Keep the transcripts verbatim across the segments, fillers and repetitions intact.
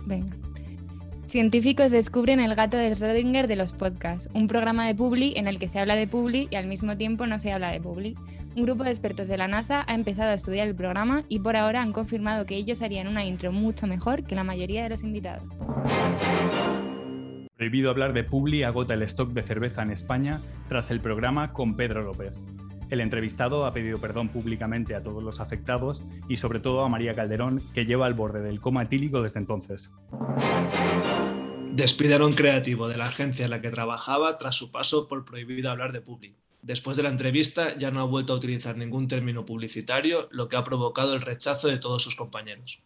Venga. Científicos descubren el gato de Schrödinger de los podcasts, un programa de Publi en el que se habla de Publi y al mismo tiempo no se habla de Publi. Un grupo de expertos de la NASA ha empezado a estudiar el programa y por ahora han confirmado que ellos harían una intro mucho mejor que la mayoría de los invitados. Prohibido hablar de Publi agota el stock de cerveza en España tras el programa con Pedro López. El entrevistado ha pedido perdón públicamente a todos los afectados y sobre todo a María Calderón, que lleva al borde del coma etílico desde entonces. Despiden a un creativo de la agencia en la que trabajaba tras su paso por Prohibido hablar de Publi. Después de la entrevista ya no ha vuelto a utilizar ningún término publicitario, lo que ha provocado el rechazo de todos sus compañeros.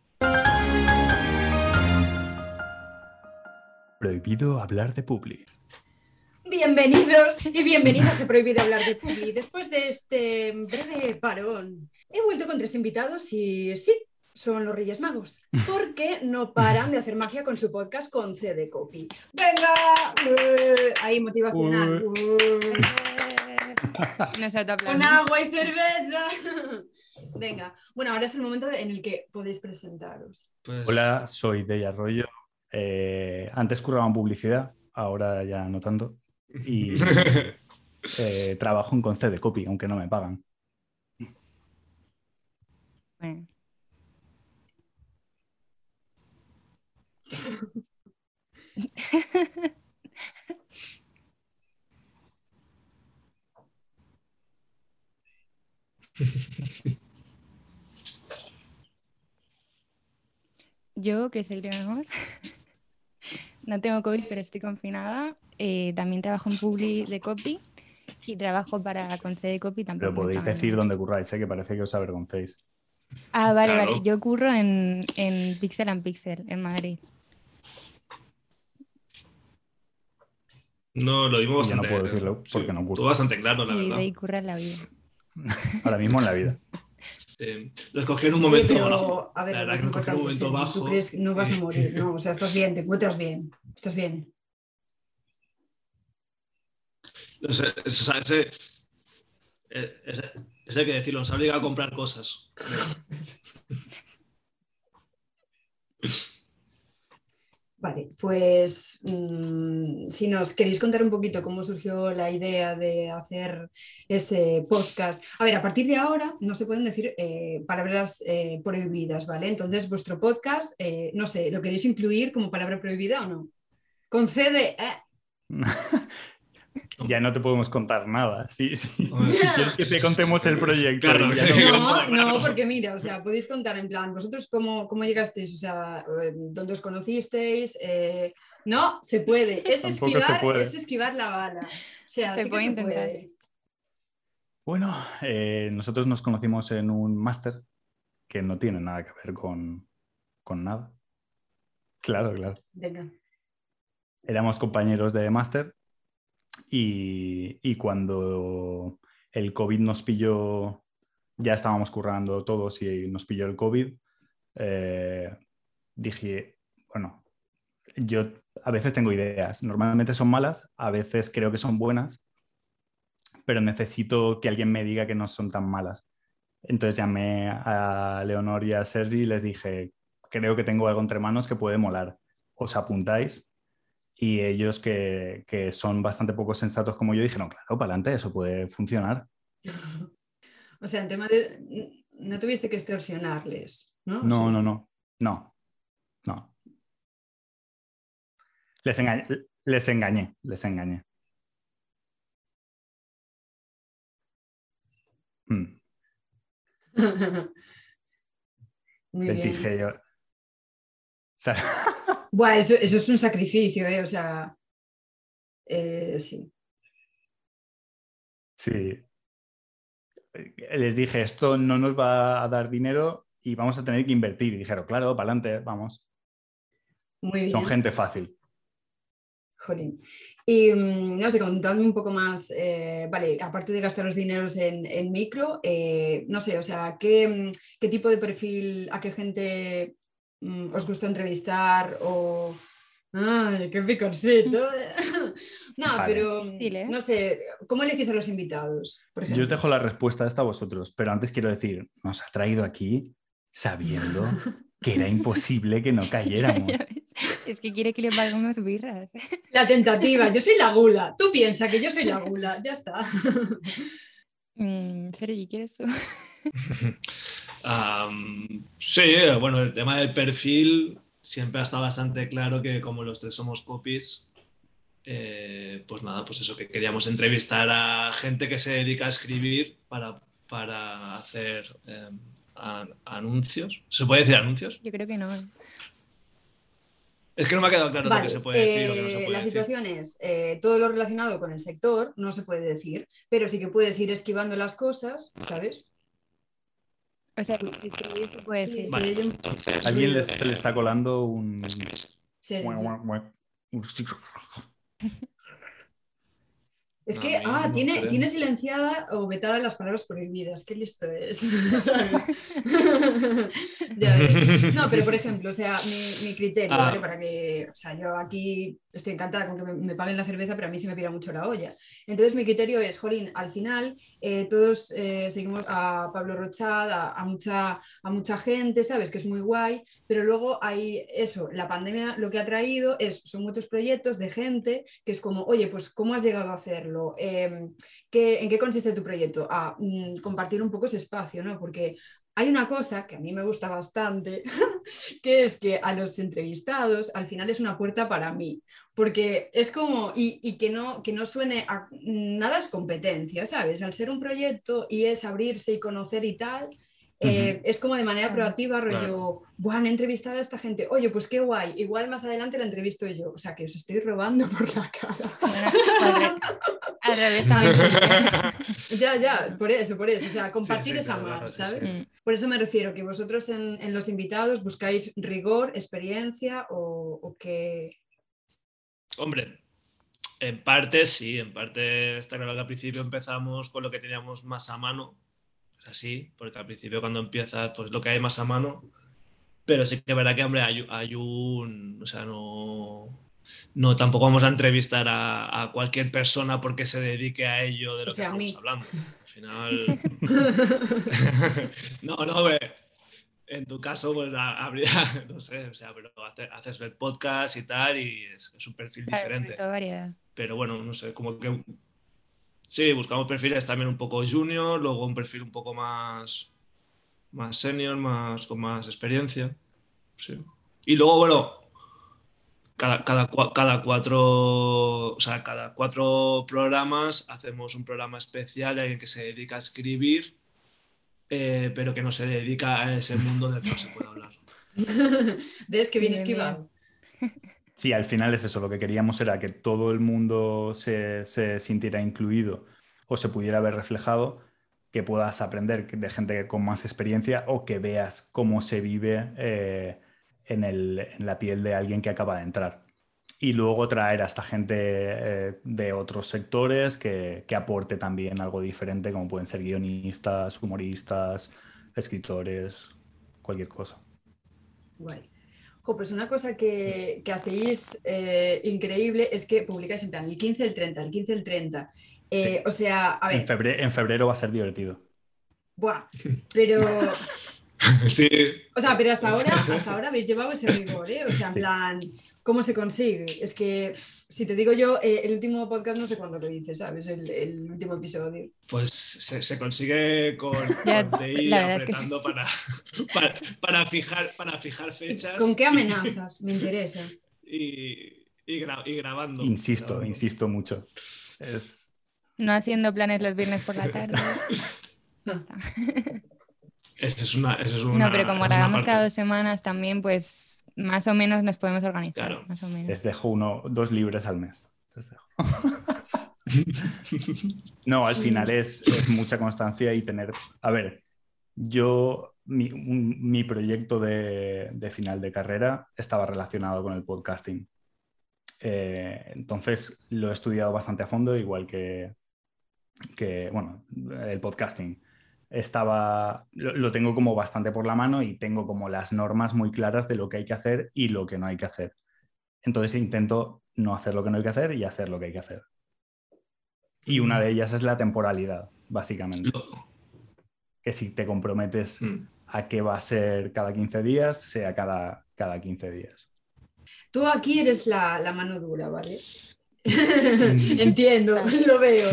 Prohibido hablar de Publi. Bienvenidos y bienvenidas a Prohibido hablar de Publi. Después de este breve parón, he vuelto con tres invitados y sí, son los Reyes Magos, porque no paran de hacer magia con su podcast con C D Copy. ¡Venga! Uh, ahí, motivacional. Uh. Con agua y cerveza. Venga, bueno, ahora es el momento en el que podéis presentaros. Pues... Hola, soy Dey Arroyo. Eh, antes curraba en publicidad, ahora ya no tanto. Y eh, trabajo en con C D Copy, aunque no me pagan. Bueno. Yo, que soy lo mejor, no tengo COVID, pero estoy confinada. Eh, también trabajo en Publi de Copy y trabajo para con C D Copy tampoco. Pero podéis decir dónde curráis, ¿eh? Que parece que os avergoncéis. Ah, vale, Claro. vale. Yo curro en, en Pixel and Pixel, en Madrid. No, lo vimos Yo no bastante. puedo decirlo porque sí, no curro. Todo bastante claro, la Y verdad. de ahí curra en la vida. Ahora mismo en la vida. Eh, lo escogí en un momento Pero, bajo. a ver, La lo verdad más que lo escogí en un importante, momento sí, tú bajo. crees que no vas a morir, ¿no? O sea, estás bien, te encuentras bien, estás bien. No sé, ese, ese, ese, ese hay que decirlo, nos ha obligado a comprar cosas. Vale, pues mmm, si nos queréis contar un poquito cómo surgió la idea de hacer ese podcast. A ver, a partir de ahora no se pueden decir eh, palabras eh, prohibidas, ¿vale? Entonces, vuestro podcast, eh, no sé, ¿lo queréis incluir como palabra prohibida o no? Con C de... Eh. Ya no te podemos contar nada. Sí, sí. Hombre. Si quieres que te contemos el proyecto. Claro, ya sí. no- No, no, porque mira, o sea, podéis contar en plan, vosotros cómo, cómo llegasteis, o sea, eh, dónde os conocisteis, eh, no, se puede, es Tampoco se esquivar, puede. es esquivar la bala, o sea, Se sí puede que se intentar. puede. Bueno, eh, nosotros nos conocimos en un máster que no tiene nada que ver con, con nada. Claro, claro. Venga. Éramos compañeros de máster y, y cuando el COVID nos pilló, ya estábamos currando todos y nos pilló el COVID, eh, dije, bueno, yo a veces tengo ideas, normalmente son malas, a veces creo que son buenas, pero necesito que alguien me diga que no son tan malas. Entonces llamé a Leonor y a Sergi y les dije, creo que tengo algo entre manos que puede molar. ¿Os apuntáis? Y ellos, que, que son bastante poco sensatos como yo, dijeron, claro, para adelante, eso puede funcionar. O sea, en tema de... No tuviste que extorsionarles, ¿no? No, Sí. no, no, no, no. Les engañé, les engañé, les engañé. Mm. Muy Les bien. dije yo... O sea, Buah, eso, eso es un sacrificio, ¿eh? O sea, eh, sí. sí. Les dije, esto no nos va a dar dinero y vamos a tener que invertir. Y dijeron, claro, para adelante, vamos. Muy bien. Son gente fácil. Jolín. Y mm, no sé, contadme un poco más, eh, vale, aparte de gastar los dineros en, en micro, eh, no sé, o sea, ¿qué, mm, qué tipo de perfil, a qué gente mm, os gusta entrevistar o... ¡Ay, qué picorcito! No, Vale. pero Difícil, ¿eh? no sé, ¿cómo elegís a los invitados, por Yo ejemplo? os dejo la respuesta esta a vosotros, pero antes quiero decir, nos ha traído aquí sabiendo que era imposible que no cayéramos. Es que quiere que le paguemos birras. La tentativa, yo soy la gula. Tú piensas que yo soy la gula, ya está. Mm, Sergi, ¿quieres tú? um, sí, bueno, el tema del perfil siempre ha estado bastante claro que como los tres somos copies, eh, pues nada, pues eso, que queríamos entrevistar a gente que se dedica a escribir para, para hacer eh, a, anuncios. ¿Se puede decir anuncios? Yo creo que no. Es que no me ha quedado claro Vale, lo que se puede decir y lo que no se eh, puede la decir. situación es, eh, todo lo relacionado con el sector no se puede decir, pero sí que puedes ir esquivando las cosas, ¿sabes? O sea, escribir se puede Sí, decir. sí, Vale, yo- entonces... A alguien ruido. les- se le está colando un... Sergi. un- Es No, que, a mí ah, no tiene, creo. tiene silenciada o vetada las palabras prohibidas. Qué listo es, ¿sabes? Ya ves. No, pero por ejemplo, o sea, mi, mi criterio, Ah. ¿vale? Para que, o sea, yo aquí estoy encantada con que me, me paguen la cerveza, pero a mí se me pira mucho la olla. Entonces mi criterio es, jolín, al final eh, todos eh, seguimos a Pablo Rochad, a, a, mucha, a mucha gente, ¿sabes? Que es muy guay, pero luego hay eso, la pandemia lo que ha traído es, son muchos proyectos de gente que es como, oye, pues ¿cómo has llegado a hacerlo? Eh, ¿qué, ¿En qué consiste tu proyecto? A mm, compartir un poco ese espacio, ¿no? Porque hay una cosa que a mí me gusta bastante, que es que a los entrevistados al final es una puerta para mí, porque es como, y, y que, no, que no suene a nada es competencia, ¿sabes? Al ser un proyecto y es abrirse y conocer y tal, eh, Ujú. es como de manera Claro. proactiva, rollo, Claro. buah, han entrevistado a esta gente, oye, pues qué guay, igual más adelante la entrevisto yo, o sea, que os estoy robando por la cara. Bueno, al, re- al revés también sería. Ya, ya, por eso, por eso, o sea, compartir Sí, sí, es claro, amar, claro, sí, ¿sabes? sí. Mm. Por eso me refiero que vosotros en, en los invitados buscáis rigor, experiencia o, o que... Hombre, en parte sí, en parte está claro que al principio empezamos con lo que teníamos más a mano, así, porque al principio cuando empiezas, pues lo que hay más a mano, pero sí que es verdad que, hombre, hay, hay un, o sea, no, no, tampoco vamos a entrevistar a, a cualquier persona porque se dedique a ello de O lo que sea, a estamos mí. hablando. Al final, no, no, hombre, en tu caso, pues ha- habría, no sé, o sea, pero hace- haces el podcast y tal, y es, es un perfil Claro, sobre diferente. todo variedad. Pero bueno, no sé, como que sí, buscamos perfiles también un poco junior, luego un perfil un poco más, más senior, más, con más experiencia. Sí. Y luego, bueno, cada, cada, cua- cada cuatro, o sea, cada cuatro programas hacemos un programa especial de alguien que se dedica a escribir, eh, pero que no se dedica a ese mundo del que no se puede hablar. ¿Ves que bien Bien, bien. esquivado? Sí, al final es eso. Lo que queríamos era que todo el mundo se, se sintiera incluido o se pudiera ver reflejado, que puedas aprender de gente con más experiencia o que veas cómo se vive eh, en, el- en la piel de alguien que acaba de entrar. Y luego traer a esta gente eh, de otros sectores que, que aporte también algo diferente, como pueden ser guionistas, humoristas, escritores, cualquier cosa. Guay. Jo, pues una cosa que, que hacéis eh, increíble es que publicáis en plan el quince, el treinta, el quince, el treinta. Eh, Sí. O sea, a En ver, febrero, en febrero va a ser divertido. buah, pero... Sí. O sea, pero hasta ahora, hasta ahora habéis llevado ese rigor, ¿eh? O sea, en Sí. plan, ¿cómo se consigue? Es que, pff, si te digo yo, eh, el último podcast no sé cuándo lo hice, ¿sabes? El, el último episodio. Pues se, se consigue con, Ya, con T I la verdad es que apretando para, para, para fijar, para fijar ¿Y fechas. ¿Con qué amenazas? Me interesa. Y, y, gra- y grabando. Insisto, grabando. insisto mucho. Es... No haciendo planes los viernes por la tarde. Ya está. Esa es una, esa es una, No, pero como esa es una grabamos parte. cada dos semanas también, pues más o menos nos podemos organizar. Claro. Más o menos. Les dejo uno, dos libres al mes. Les dejo. No, al final es, es mucha constancia y tener... A ver, yo, mi, un- mi proyecto de, de final de carrera estaba relacionado con el podcasting. Eh, entonces lo he estudiado bastante a fondo, igual que, que bueno, el podcasting. Estaba, lo, lo tengo como bastante por la mano y tengo como las normas muy claras de lo que hay que hacer y lo que no hay que hacer. Entonces intento no hacer lo que no hay que hacer y hacer lo que hay que hacer. Y una de ellas es la temporalidad, básicamente. Lo- Que si te comprometes Mm. a que va a ser cada quince días, sea cada, cada quince días. Tú aquí eres la, la mano dura, ¿vale? Entiendo, lo veo.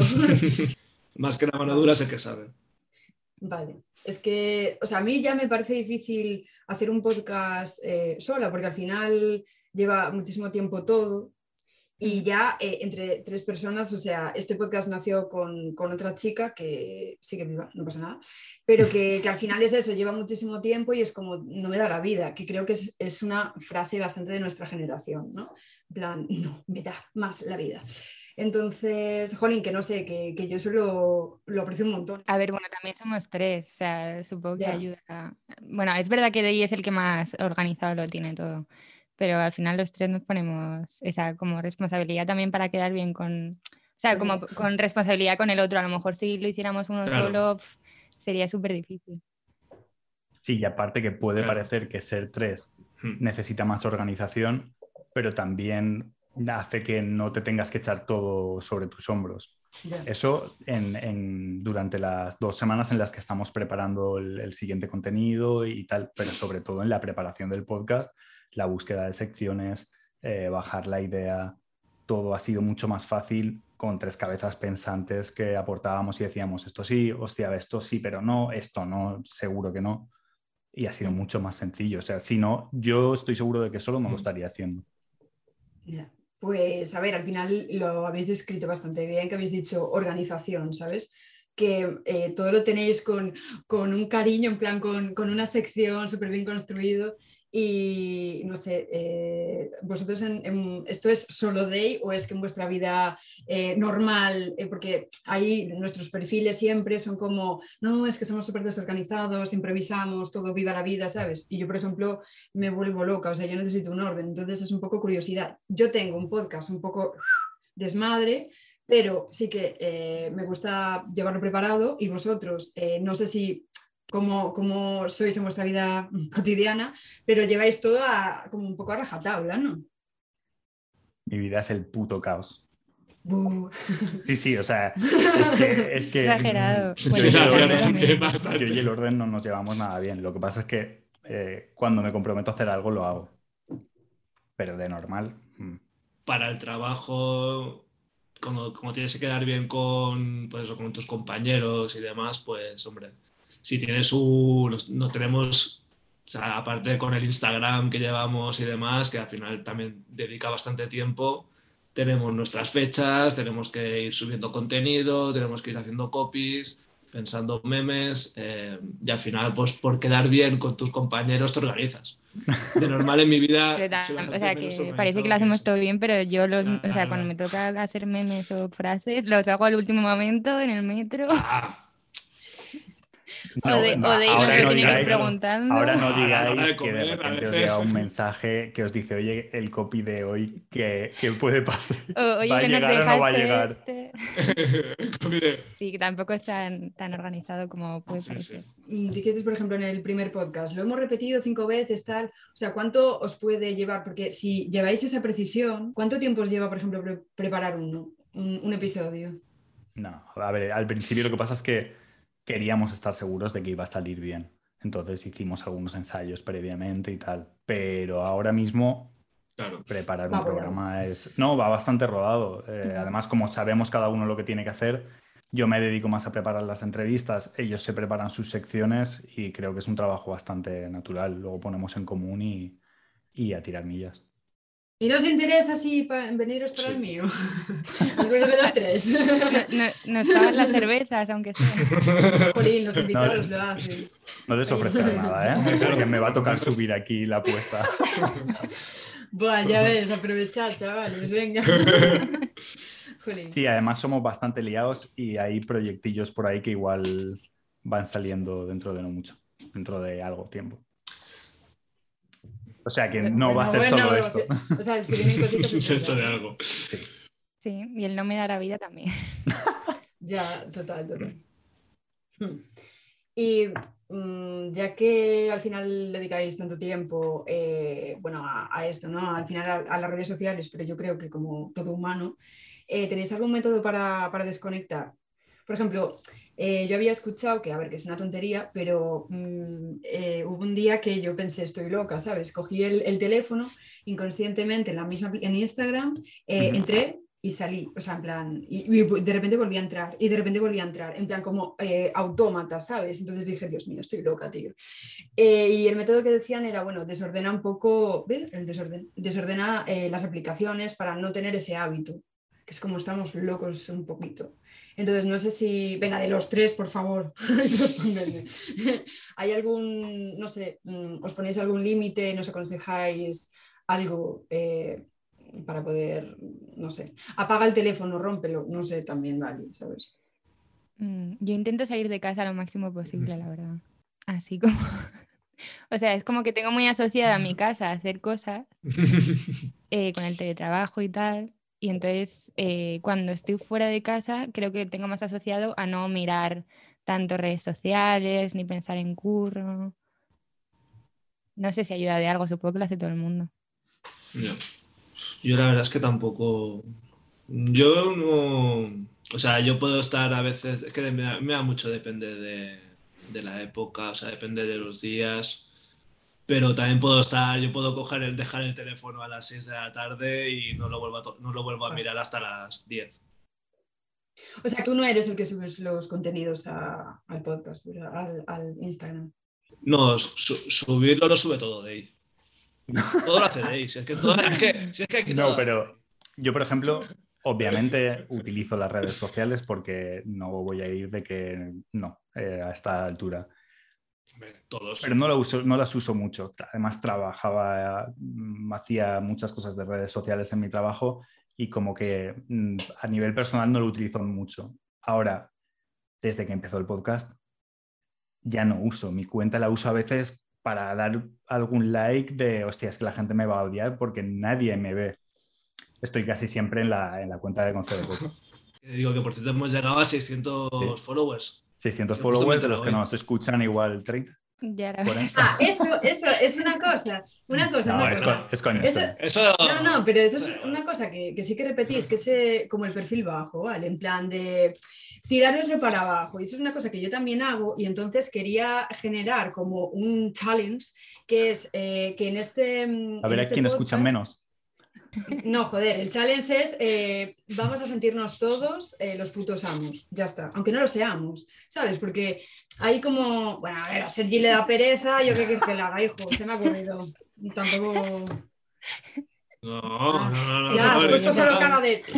Más que la mano dura sé que sabe. Vale, es que, o sea, a mí ya me parece difícil hacer un podcast eh, sola, porque al final lleva muchísimo tiempo todo y ya eh, entre tres personas, o sea, este podcast nació con, con otra chica que sigue viva, no pasa nada, pero que, que al final es eso, lleva muchísimo tiempo y es como, no me da la vida, que creo que es, es una frase bastante de nuestra generación, ¿no? En plan, no, me da más la vida. Entonces, jolín, que no sé, que, que yo eso lo, lo aprecio un montón. A ver, bueno, también somos tres, o sea, supongo que Ya. ayuda. Bueno, es verdad que Dey es el que más organizado lo tiene todo, pero al final los tres nos ponemos esa como responsabilidad también para quedar bien con, o sea, como con responsabilidad con el otro. A lo mejor si lo hiciéramos uno Claro. solo, pf, sería súper difícil. Sí, y aparte que puede Claro. parecer que ser tres Hmm. necesita más organización, pero también hace que no te tengas que echar todo sobre tus hombros. Ya. Eso en, en- durante las dos semanas en las que estamos preparando el, el siguiente contenido y tal, pero sobre todo en la preparación del podcast, la búsqueda de secciones, eh, bajar la idea, todo ha sido mucho más fácil con tres cabezas pensantes que aportábamos y decíamos esto sí, hostia, esto sí, pero no, esto no, seguro que no. Y ha sido mucho más sencillo. O sea, si no, yo estoy seguro de que solo no lo estaría haciendo. Ya. Pues a ver, al final lo habéis descrito bastante bien, que habéis dicho organización, ¿sabes? Que eh, todo lo tenéis con, con un cariño, en plan con, con una sección súper bien construido y no sé, eh, vosotros en, en, ¿esto es solo Dey o es que en vuestra vida eh, normal? Eh, porque ahí nuestros perfiles siempre son como, no, es que somos súper desorganizados, improvisamos, todo viva la vida, ¿sabes? Y yo, por ejemplo, me vuelvo loca, o sea, yo necesito un orden, entonces es un poco curiosidad. Yo tengo un podcast un poco desmadre, pero sí que eh, me gusta llevarlo preparado y vosotros, eh, no sé si cómo, cómo sois en vuestra vida cotidiana, pero lleváis todo a, como un poco a rajatabla, ¿no? Mi vida es el puto caos. Buh. Sí, sí, o sea, es que... Es que Exagerado. mm, Bueno, yo, y Sí, el la yo verdad orden, que también. bastante. yo y el orden no nos llevamos nada bien. Lo que pasa es que eh, cuando me comprometo a hacer algo, lo hago. Pero de normal... mm. Para el trabajo, como, como tienes que quedar bien con, pues eso, con tus compañeros y demás, pues hombre, si tienes un... No tenemos, o sea, aparte con el Instagram que llevamos y demás, que al final también dedica bastante tiempo, tenemos nuestras fechas, tenemos que ir subiendo contenido, tenemos que ir haciendo copies, pensando memes, eh, y al final, pues por quedar bien con tus compañeros te organizas. De normal en mi vida Pero soy tam- o bastante sea, menos que parece que organizado lo que hacemos eso. todo bien, pero yo los, o sea, Claro, cuando claro. me toca hacer memes o frases, los hago al último momento en el metro. Ah, O No, de, no, o de nos ahora lo no tiene que ir digáis, preguntando. ahora no a la hora digáis de que de comer, a repente os veces. llega un mensaje que os dice, oye, el copy de hoy, ¿qué, qué puede pasar? O, oye, ¿Va a que nos llegar o no va a dejaste llegar? este. Mire, Sí, que tampoco es tan, tan organizado como puede sí, sí. parecer. Dijisteis, por ejemplo, en el primer podcast, lo hemos repetido cinco veces, tal. O sea, ¿cuánto os puede llevar? Porque si lleváis esa precisión, ¿cuánto tiempo os lleva, por ejemplo, pre- preparar uno, un, un episodio? No, a ver, al principio lo que pasa es que queríamos estar seguros de que iba a salir bien. Entonces hicimos algunos ensayos previamente y tal. Pero ahora mismo Claro. preparar Va un volado. programa es... No, va bastante rodado. Eh, Mm. Además, como sabemos cada uno lo que tiene que hacer, yo me dedico más a preparar las entrevistas, ellos se preparan sus secciones y creo que es un trabajo bastante natural. Luego ponemos en común y, y a tirar millas. ¿Y no os interesa si pa- veniros para Sí. el mío? Al menos de los tres. No- no- nos pagan las cervezas, aunque sea. Jolín, los invitados No, lo hacen. No les Oye. ofrezcas nada, ¿eh? Claro, Que me va a por lo tocar menos. subir aquí la apuesta. Buah, ya ves, aprovechad, chavales, venga. Jolín. Sí, además somos bastante liados y hay proyectillos por ahí que igual van saliendo dentro de no mucho, dentro de algo tiempo. O sea que no va a ser Bueno, solo bueno, esto. o sea, si vienen cositas... es Dentro de verdad. algo. Sí. Sí, y el no me da la vida también. Ya, total, total. Hmm. Y mm, ya que al final dedicáis tanto tiempo eh, bueno, a, a esto, ¿no? Al final a, a las redes sociales, pero yo creo que como todo humano, eh, ¿tenéis algún método para, para desconectar? Por ejemplo, eh, yo había escuchado que, a ver, que es una tontería, pero mm, eh, hubo un día que yo pensé, estoy loca, ¿sabes? Cogí el, el teléfono inconscientemente en la misma apli- en Instagram, eh, Ujú. entré y salí, o sea, en plan, y, y de repente volví a entrar, y de repente volví a entrar, en plan como eh, autómata, ¿sabes? Entonces dije, Dios mío, estoy loca, tío. Eh, y el método que decían era, bueno, desordena un poco, ¿ves? El desorden, desordena eh, las aplicaciones para no tener ese hábito, que es como estamos locos un poquito. Entonces, no sé si, venga, de los tres, por favor, respondedme. ¿Hay algún, no sé, mm, os ponéis algún límite, nos aconsejáis algo eh, para poder, no sé, apaga el teléfono, rómpelo, no sé, también vale, ¿sabes? Mm, Yo intento salir de casa lo máximo posible, la verdad. Así como... O sea, es como que tengo muy asociada mi casa a hacer cosas eh, con el teletrabajo y tal. Y entonces, eh, cuando estoy fuera de casa, creo que tengo más asociado a no mirar tanto redes sociales, ni pensar en curro. No sé si ayuda de algo, supongo que lo hace todo el mundo. Ya. Yo la verdad es que tampoco. Yo no. O sea, yo puedo estar a veces. Es que me da, me da mucho, depende de, de la época, o sea, depende de los días. Pero también puedo estar. Yo puedo coger el, dejar el teléfono a las seis de la tarde y no lo vuelvo a, to- no lo vuelvo a mirar hasta las diez. O sea, tú no eres el que subes los contenidos a- al podcast, ¿verdad? Al, al Instagram. No, su- subirlo lo sube todo de ahí. Todo lo hace de ahí. Si es que, todo, es que, si es que aquí No, todo- pero yo, por ejemplo, obviamente utilizo las redes sociales porque no voy a ir de que no, eh, a esta altura. Hombre, todos. Pero no, lo uso, no las uso mucho. Además, trabajaba, mm, hacía muchas cosas de redes sociales en mi trabajo y como que mm, a nivel personal no lo utilizo mucho. Ahora, desde que empezó el podcast, ya no uso. Mi cuenta la uso a veces para dar algún like de, hostia, es que la gente me va a odiar porque nadie me ve. Estoy casi siempre en la, en la cuenta de Conce de Coco. Digo que por cierto hemos llegado a seiscientos Sí. followers. seiscientos Yo justo me followers, de enteré los que hoy. nos escuchan igual treinta, Ya la cuarenta. Ah, eso, eso es una cosa, una cosa, No, una es, cosa. con, es coña, Eso, es coña. Eso. no, no, pero eso es da igual. una cosa que, que sí que repetís, que es eh, como el perfil bajo, ¿vale? En plan de tiraroslo para abajo. Y eso es una cosa que yo también hago y entonces quería generar como un challenge que es eh, que en este, mm, A en ver a este quién escuchan podcast- menos. No, joder, el challenge es eh, vamos a sentirnos todos eh, los putos amos, ya está, aunque no lo seamos, ¿sabes? Porque hay como, bueno, a ver, a Sergi le da pereza, yo qué quieres que le haga, hijo, se me ha ocurrido. Tampoco. No, Ah, no, no, no. ya, no, has no, puesto no, solo no. cara de.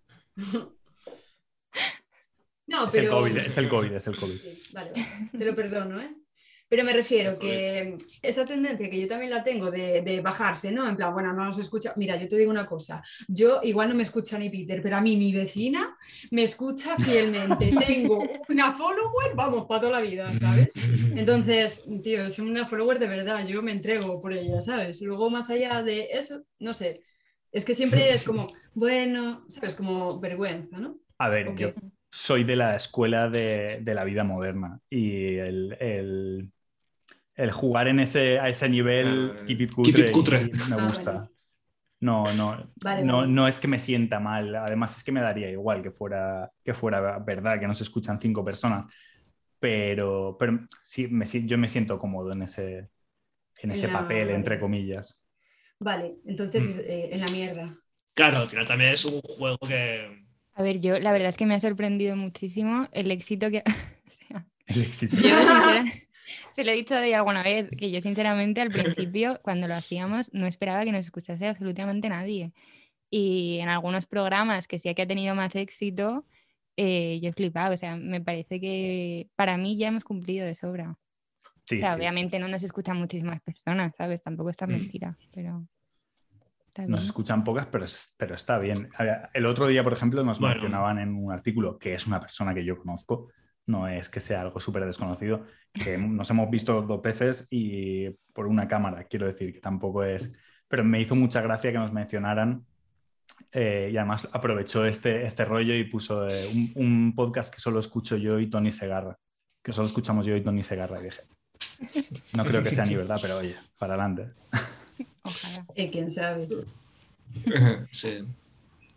No, Es el pero. COVID, es el COVID, es el COVID. Sí, vale, vale, te lo perdono, ¿eh? Pero me refiero que esa tendencia que yo también la tengo de, de bajarse, ¿no? En plan, bueno, no nos escucha. Mira, yo te digo una cosa. Yo igual no me escucha ni Peter, pero a mí mi vecina me escucha fielmente. Tengo una follower, vamos, para toda la vida, ¿sabes? Entonces, tío, es una follower de verdad. Yo me entrego por ella, ¿sabes? Luego, más allá de eso, no sé. Es que siempre es como, bueno, ¿sabes? Como vergüenza, ¿no? A ver, ¿O yo qué? soy de la escuela de, de la vida moderna y el, el- el jugar en ese, a ese nivel Eh, keep it keep cutre, it cutre. y me Ah, gusta. bueno. No, no, Vale, no, vale. no es que me sienta mal. Además, es que me daría igual que fuera, que fuera verdad, que no se escuchan cinco personas. Pero, pero sí, me, si- yo me siento cómodo en ese, en En ese la- papel, vale. entre comillas. Vale, entonces eh, en la mierda. Claro, al final también es un juego que. A ver, yo la verdad es que me ha sorprendido muchísimo el éxito que... o sea, El éxito. yo sincera- se lo he dicho de alguna vez, que yo sinceramente al principio, cuando lo hacíamos, no esperaba que nos escuchase absolutamente nadie. Y en algunos programas que sí que ha tenido más éxito, eh, yo he flipado. O sea, me parece que para mí ya hemos cumplido de sobra. O Sí, sea, sí. obviamente no nos escuchan muchísimas personas, ¿sabes? Tampoco es tan Mm. mentira, pero está Nos bien. escuchan pocas, pero, es- pero está bien. A ver, el otro día, por ejemplo, nos Bueno. mencionaban en un artículo que es una persona que yo conozco, no es que sea algo súper desconocido, que nos hemos visto dos veces y por una cámara, quiero decir, que tampoco es... Pero me hizo mucha gracia que nos mencionaran eh, y además aprovechó este, este rollo y puso eh, un, un podcast que solo escucho yo y Tony Segarra, que solo escuchamos yo y Tony Segarra. Y dije, no creo que sea ni verdad, pero oye, para adelante. Ojalá. Eh, quién sabe. Sí.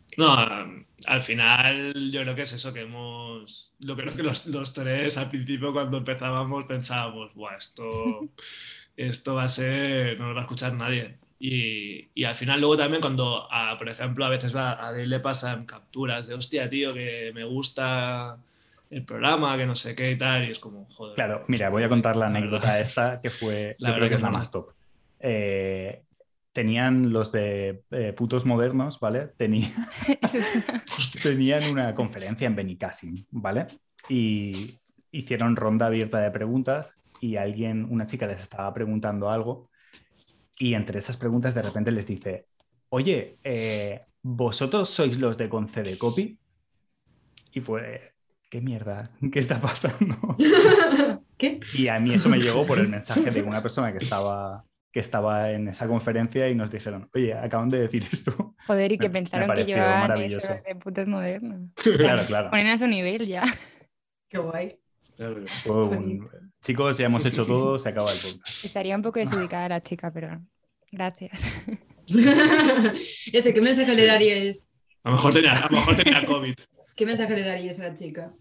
No, al final yo creo que es eso que hemos... Yo creo que los, los tres al principio cuando empezábamos pensábamos, Buah, esto, esto va a ser... no lo va a escuchar nadie. Y, y al final luego también cuando, a, por ejemplo, a veces a, a Dave le pasan capturas de hostia, tío, que me gusta el programa, que no sé qué y tal, y es como, joder. Claro, mira, voy a contar la, la anécdota verdad. esta que fue, La yo creo verdad que es que la mola. más top. Eh, tenían los de eh, putos modernos, ¿vale? Tenía, Eso es una- Hostia. tenían una conferencia en Benicàssim, ¿vale? Y hicieron ronda abierta de preguntas y alguien, una chica les estaba preguntando algo y entre esas preguntas de repente les dice, oye, eh, ¿vosotros sois los de Concedecopy? Y fue, ¿qué mierda? ¿Qué está pasando? ¿Qué? Y a mí eso me llegó por el mensaje de una persona que estaba, que estaba en esa conferencia y nos dijeron, oye, acaban de decir esto. Joder, y que Me- me pensaron que pareció llevaban maravilloso. eso de putos modernos. Claro, claro. Ponen a su nivel ya. Qué guay. Claro. Fue un- Chicos, ya hemos hecho todo, se acaba el podcast. Estaría un poco desubicada la chica, pero gracias. Ese, ¿qué mensaje Sí. le daríais? A lo mejor tenía, a lo mejor tenía COVID. ¿Qué mensaje le daríais a la chica?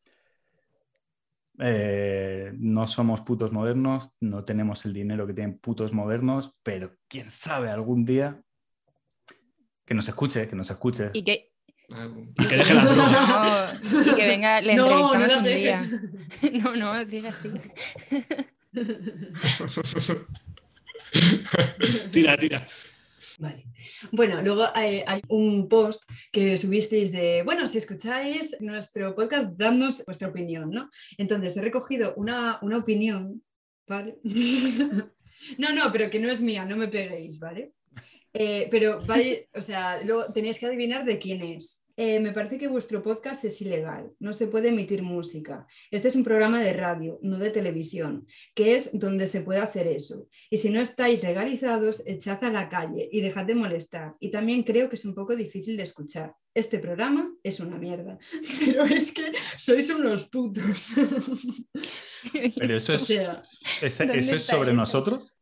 Eh, no somos putos modernos, no tenemos el dinero que tienen putos modernos, pero quién sabe algún día que nos escuche, que nos escuche. Y que, Y que deje las drogas. no, y que venga, le No, no entrevistamos las un dejes. día. No, no, diga así. Tira, tira. Vale. Bueno, luego eh, hay un post que subisteis de, bueno, si escucháis nuestro podcast, dadnos vuestra opinión, ¿no? Entonces he recogido una, una opinión, ¿vale? No, no, pero que no es mía, no me peguéis, ¿vale? Eh, pero, vale, o sea, luego tenéis que adivinar de quién es. Eh, me parece que vuestro podcast es ilegal, no se puede emitir música. Este es un programa de radio, no de televisión, que es donde se puede hacer eso. Y si no estáis legalizados, echad a la calle y dejad de molestar. Y también creo que es un poco difícil de escuchar. Este programa es una mierda, pero es que sois unos putos. Pero eso O es, sea, ese- ¿dónde ¿eso es está sobre eso? nosotros?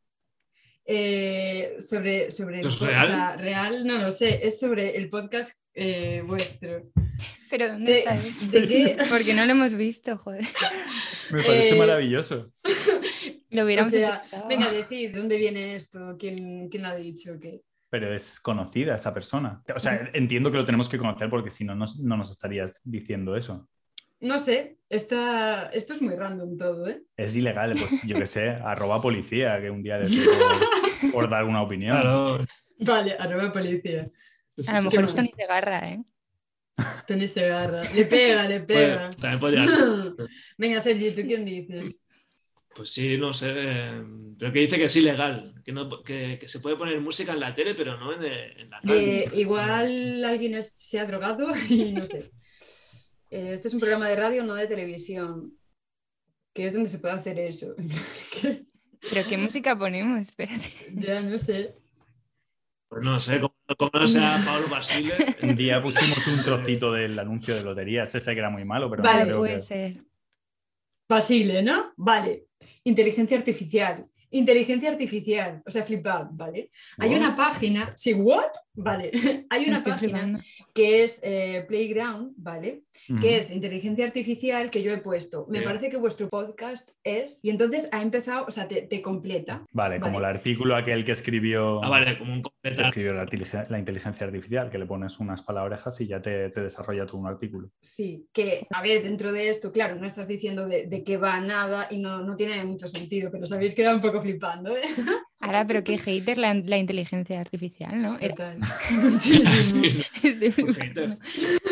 eh, sobre, sobre el ¿Es po- real? O sea, real, no lo sé, es sobre el podcast eh, vuestro. Pero ¿dónde ¿De, está eso? de qué? Porque no lo hemos visto, joder. Me parece Eh, maravilloso. Lo O hubiéramos sea, intentado. venga, decid, ¿dónde viene esto? ¿Quién, quién ha dicho qué? Pero es conocida esa persona. O sea, entiendo que lo tenemos que conocer porque si no, nos- no nos estarías diciendo eso. No sé, está, esto es muy random todo, ¿eh? Es ilegal, pues yo qué sé, arroba policía, que un día les digo por dar una opinión. Claro. Vale, arroba policía. A lo ¿Qué mejor más? es Tony de garra, ¿eh? Tony se agarra. Le pega, le pega. Pues, también podría ser. Venga, Sergi, ¿tú quién dices? Pues sí, no sé. eh, Pero que dice que es ilegal. Que, no, que, que se puede poner música en la tele, pero no en, en la radio. Eh, igual alguien es- se ha drogado y no sé. Eh, este es un programa de radio, no de televisión, que es donde se puede hacer eso. ¿Pero qué música ponemos? Espérate. Ya no sé. Pues no sé, como, como no sea Pablo Basile. Un día pusimos un trocito del anuncio de loterías, ese que era muy malo, pero Vale, no creo Puede que... ser. Basile, ¿no? Vale. Inteligencia artificial. Inteligencia artificial. O sea, flipad, ¿vale? Hay What? una página. ¿Sí, what? Vale. Hay Me una estoy página flipando. que es eh, Playground, ¿vale? Ujú. Que es inteligencia artificial que yo he puesto. Me Sí. parece que vuestro podcast es. Y entonces ha empezado, o sea, te, te completa. Vale, como el Vale. artículo aquel que escribió, Ah, vale, como un que completar. escribió la, inteligen- la inteligencia artificial, que le pones unas palabrejas y ya te, te desarrolla todo un artículo. Sí, que, a ver, dentro de esto, claro, no estás diciendo de, de qué va nada y no, no tiene mucho sentido, pero sabéis que quedado un poco flipando, ¿eh? Ahora, pero qué hater la, la inteligencia artificial, ¿no? Era- Total. Sí, Estoy un flipando. hater.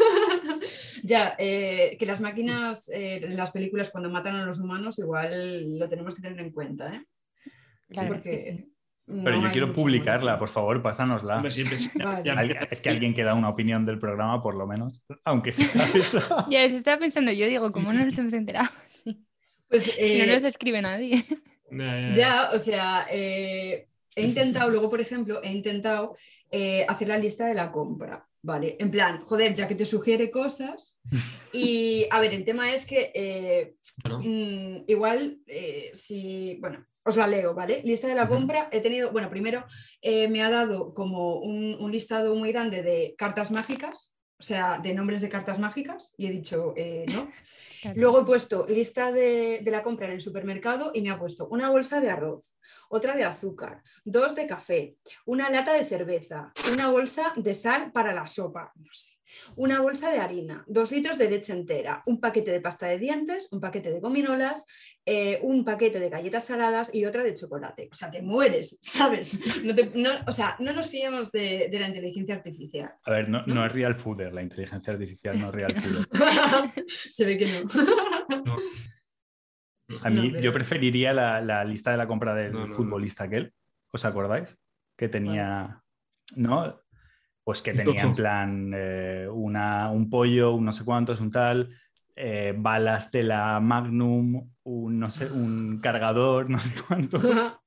Ya, eh, que las máquinas eh, en las películas cuando matan a los humanos igual lo tenemos que tener en cuenta, ¿eh? La verdad es que Porque sí. no Pero yo hay quiero mucho publicarla, bueno. por favor, pásanosla. Hombre, siempre, sí. Vale. Ya- Alguien- Es que alguien que da una opinión del programa, por lo menos, aunque sea esa. Ya, eso estaba pensando yo, digo, ¿cómo no nos hemos enterado? Sí. Pues eh, No nos escribe nadie. Ya, ya, ya. ya, o sea, eh, he intentado, luego por ejemplo, he intentado eh, hacer la lista de la compra, ¿vale? En plan, joder, ya que te sugiere cosas. Y a ver, el tema es que eh, Bueno, mm, igual, eh, si, bueno, os la leo, ¿vale? Lista de la compra, he tenido, bueno, primero eh, me ha dado como un, un listado muy grande de cartas mágicas, o sea, de nombres de cartas mágicas, y he dicho, eh, no. Claro. Luego he puesto lista de, de la compra en el supermercado y me ha puesto una bolsa de arroz, otra de azúcar, dos de café, una lata de cerveza, una bolsa de sal para la sopa, no sé, una bolsa de harina, dos litros de leche entera, un paquete de pasta de dientes, un paquete de gominolas, eh, un paquete de galletas saladas y otra de chocolate. O sea, te mueres, ¿sabes? No te, no, o sea, no nos fiemos de, de la inteligencia artificial. A ver, no, ¿no? no es real fooder, la inteligencia artificial no es real fooder. Se ve que no. No. A mí, No, pero... yo preferiría la, la lista de la compra del no, no, futbolista no. aquel, ¿os acordáis? Que tenía, bueno. ¿no? Pues que tenía en plan eh, una, un pollo, un no sé cuántos, un tal, eh, balas de la Magnum, un, no sé, un cargador, no sé cuántos.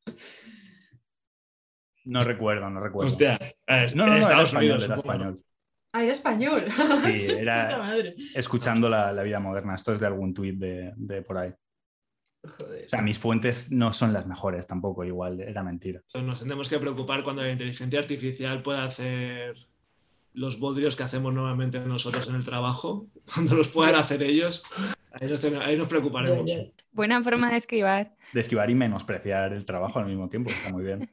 No recuerdo, no recuerdo. Hostia, es, no, no, no, era Estados español, Unidos, era supongo. español. Ah, era español. Sí, era madre. escuchando la, la vida moderna. Esto es de algún tuit de, de por ahí. Joder. O sea, mis fuentes no son las mejores tampoco, igual era mentira. Nos tenemos que preocupar cuando la inteligencia artificial pueda hacer los bodrios que hacemos normalmente nosotros en el trabajo, cuando los puedan hacer ellos, ahí nos, ten- ahí nos preocuparemos. Yeah, yeah. Buena forma de esquivar. De esquivar y menospreciar el trabajo al mismo tiempo, está muy bien.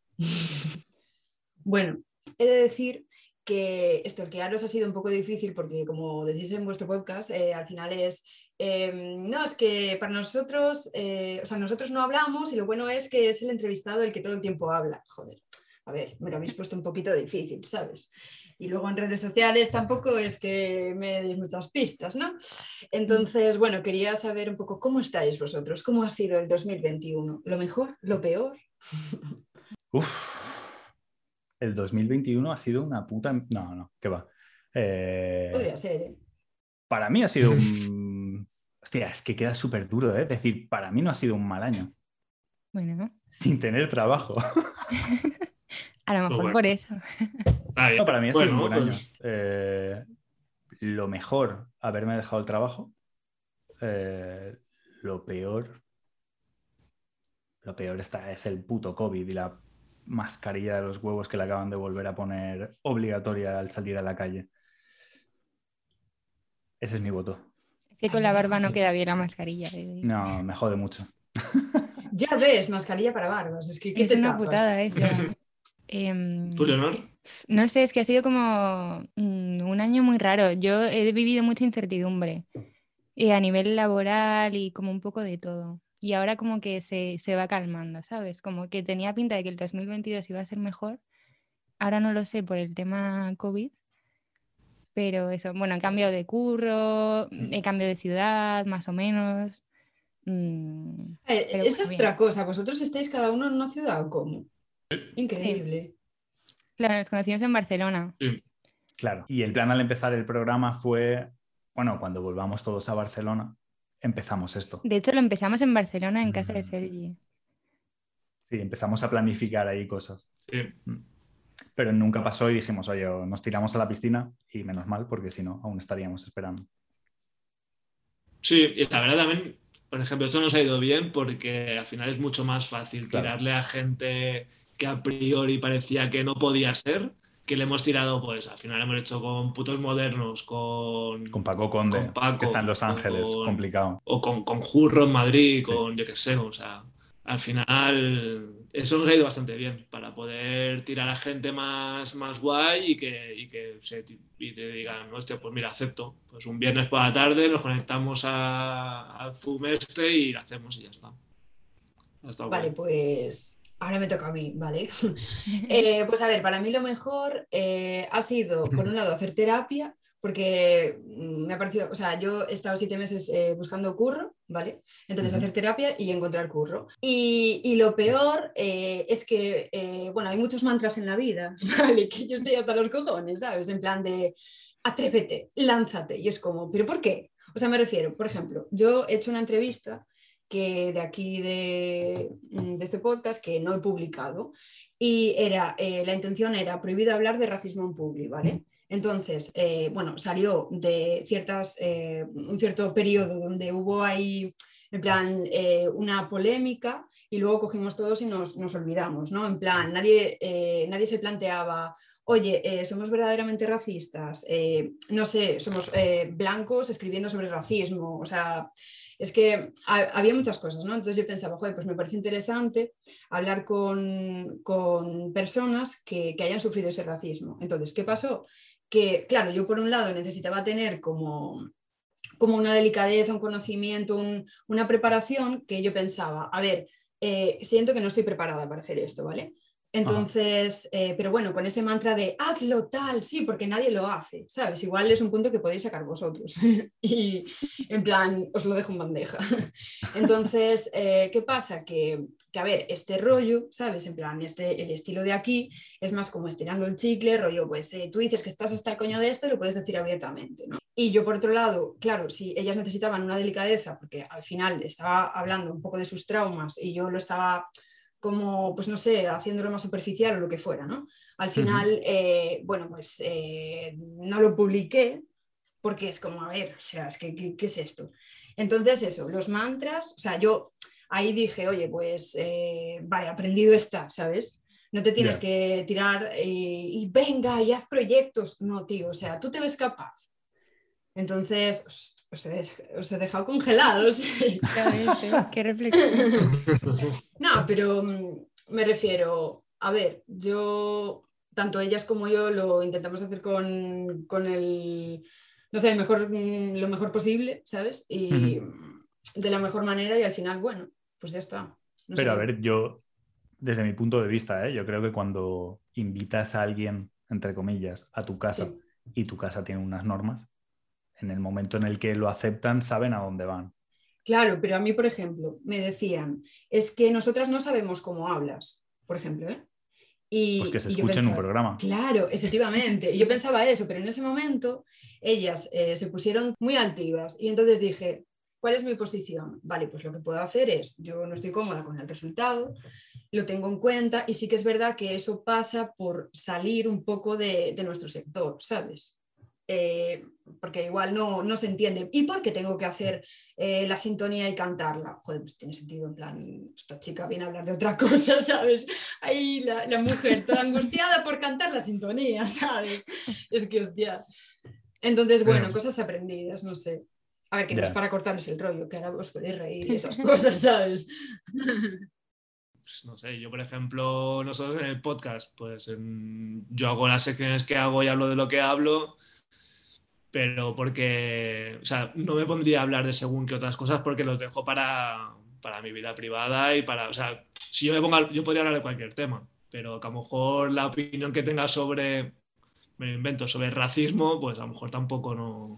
Bueno, he de decir que esto, el guiaros ha sido un poco difícil porque, como decís en vuestro podcast, eh, al final es, eh, no, es que para nosotros, eh, o sea, nosotros no hablamos y lo bueno es que es el entrevistado el que todo el tiempo habla. Joder, a ver, me lo habéis puesto un poquito difícil, ¿sabes? Y luego en redes sociales tampoco es que me deis muchas pistas, ¿no? Entonces, bueno, quería saber un poco cómo estáis vosotros, cómo ha sido el dos mil veintiuno, lo mejor, lo peor. Uf, el dos mil veintiuno ha sido una puta... No, no, ¿qué va? Eh... Podría ser, ¿eh? Para mí ha sido un... Hostia, es que queda súper duro, ¿eh? Es decir, para mí no ha sido un mal año. Bueno, sin tener trabajo. a lo mejor bueno. por eso. Ahí, No, para mí ha bueno, sido un buen pues... año. Eh, lo mejor, haberme dejado el trabajo. Eh, lo peor... Lo peor está, es el puto COVID y la mascarilla de los huevos que le acaban de volver a poner obligatoria al salir a la calle. Ese es mi voto. Es que con la barba no queda bien la mascarilla. No, me jode mucho. Ya ves, mascarilla para barbas. Es que ¿qué Es te una tapas? putada eso. eh, ¿Tú, Leonor? No sé, es que ha sido como mm, un año muy raro. Yo he vivido mucha incertidumbre eh, a nivel laboral y como un poco de todo. Y ahora como que se, se va calmando, ¿sabes? Como que tenía pinta de que el dos mil veintidós iba a ser mejor. Ahora no lo sé por el tema COVID. Pero eso, bueno, he cambiado de curro, he cambiado de ciudad, más o menos. Mm, Eh, pero esa bueno, es bien. otra cosa. ¿Vosotros estáis cada uno en una ciudad o cómo? Increíble. Claro, nos conocimos en Barcelona. Sí. Claro. Y el plan al empezar el programa fue, bueno, cuando volvamos todos a Barcelona, empezamos esto. De hecho, lo empezamos en Barcelona, en casa de Sergi. Sí, empezamos a planificar ahí cosas. Sí. Pero nunca pasó y dijimos, oye, nos tiramos a la piscina y menos mal, porque si no, aún estaríamos esperando. Sí, y la verdad también, por ejemplo, esto nos ha ido bien porque al final es mucho más fácil Claro. tirarle a gente que a priori parecía que no podía ser, que le hemos tirado, pues al final hemos hecho con putos modernos, con, Con Paco Conde, con Paco, que está en Los Ángeles, con, complicado. o con, con Jurro en Madrid, Sí. con yo qué sé, o sea, al final eso nos ha ido bastante bien para poder tirar a gente más, más guay y que, y que se, y te digan, hostia, pues mira, acepto. Pues un viernes por la tarde nos conectamos a- al Zoom este y lo hacemos y ya está. Ha estado Vale, guay. pues ahora me toca a mí, ¿vale? Eh, pues a ver, para mí lo mejor eh, ha sido, por un lado, hacer terapia, porque mm, me ha parecido, o sea, yo he estado siete meses eh, buscando curro, ¿vale? Entonces Ujú. hacer terapia y encontrar curro. Y, y lo peor eh, es que, eh, bueno, hay muchos mantras en la vida, ¿vale? Que yo estoy hasta los cojones, ¿sabes? En plan de, atrévete, lánzate. Y es como, ¿pero por qué? O sea, me refiero, por ejemplo, yo he hecho una entrevista que de aquí de, de este podcast que no he publicado y era, eh, la intención era prohibido hablar de racismo en publi, ¿vale? Entonces, eh, bueno, salió de ciertas, eh, un cierto periodo donde hubo ahí, en plan, eh, una polémica y luego cogimos todos y nos, nos olvidamos, ¿no? En plan, nadie, eh, nadie se planteaba, oye, eh, ¿somos verdaderamente racistas? Eh, no sé, somos eh, blancos escribiendo sobre racismo, o sea, es que ha, había muchas cosas, ¿no? Entonces yo pensaba, joder, pues me parece interesante hablar con, con personas que, que hayan sufrido ese racismo. Entonces, ¿qué pasó? Que, claro, yo por un lado necesitaba tener como, como una delicadeza, un conocimiento, un, una preparación que yo pensaba, a ver, eh, siento que no estoy preparada para hacer esto, ¿vale? Entonces, eh, pero bueno, con ese mantra de hazlo tal, sí, porque nadie lo hace, ¿sabes? Igual es un punto que podéis sacar vosotros y en plan, os lo dejo en bandeja. Entonces, eh, ¿qué pasa? Que, que, a ver, este rollo, ¿sabes? En plan, este, el estilo de aquí es más como estirando el chicle, rollo, pues eh, tú dices que estás hasta el coño de esto y lo puedes decir abiertamente, ¿no? Y yo, por otro lado, claro, si ellas necesitaban una delicadeza, porque al final estaba hablando un poco de sus traumas y yo lo estaba como, pues no sé, haciéndolo más superficial o lo que fuera, ¿no? Al final, uh-huh. eh, bueno, pues eh, no lo publiqué porque es como, a ver, o sea, es que, ¿qué, qué es esto? Entonces eso, los mantras, o sea, yo ahí dije, oye, pues, eh, vale, aprendido está, ¿sabes? No te tienes yeah. que tirar eh, y venga y haz proyectos, no, tío, o sea, tú te ves capaz. Entonces, os, os, he, os he dejado congelados. Qué reflexión. No, pero me refiero, a ver, yo, tanto ellas como yo lo intentamos hacer con, con el, no sé, el mejor, lo mejor posible, ¿sabes? Y uh-huh. de la mejor manera y al final, bueno, pues ya está. No pero a ver, yo, desde mi punto de vista, ¿eh? yo creo que cuando invitas a alguien, entre comillas, a tu casa sí. y tu casa tiene unas normas, en el momento en el que lo aceptan, saben a dónde van. Claro, pero a mí, por ejemplo, me decían, es que nosotras no sabemos cómo hablas, por ejemplo, ¿eh? Y, pues que se y escuche pensaba, en un programa. Claro, efectivamente. Y yo pensaba eso, pero en ese momento ellas eh, se pusieron muy altivas y entonces dije, ¿cuál es mi posición? Vale, pues lo que puedo hacer es, yo no estoy cómoda con el resultado, lo tengo en cuenta y sí que es verdad que eso pasa por salir un poco de, de nuestro sector, ¿sabes? Eh, porque igual no, no se entiende. ¿Y por qué tengo que hacer eh, la sintonía y cantarla? Joder, pues tiene sentido, en plan, esta chica viene a hablar de otra cosa, ¿sabes? Ahí la, la mujer toda angustiada por cantar la sintonía, ¿sabes? Es que, hostia. Entonces, bueno, cosas aprendidas, no sé. A ver, que yeah. no es para cortarles el rollo, que ahora os podéis reír y esas cosas, ¿sabes? Pues no sé, yo por ejemplo, nosotros en el podcast, pues en, yo hago las secciones que hago y hablo de lo que hablo, pero porque, o sea, no me pondría a hablar de según qué otras cosas porque los dejo para, para mi vida privada y para, o sea, si yo me pongo, yo podría hablar de cualquier tema, pero que a lo mejor la opinión que tenga sobre, me lo invento, sobre racismo, pues a lo mejor tampoco no,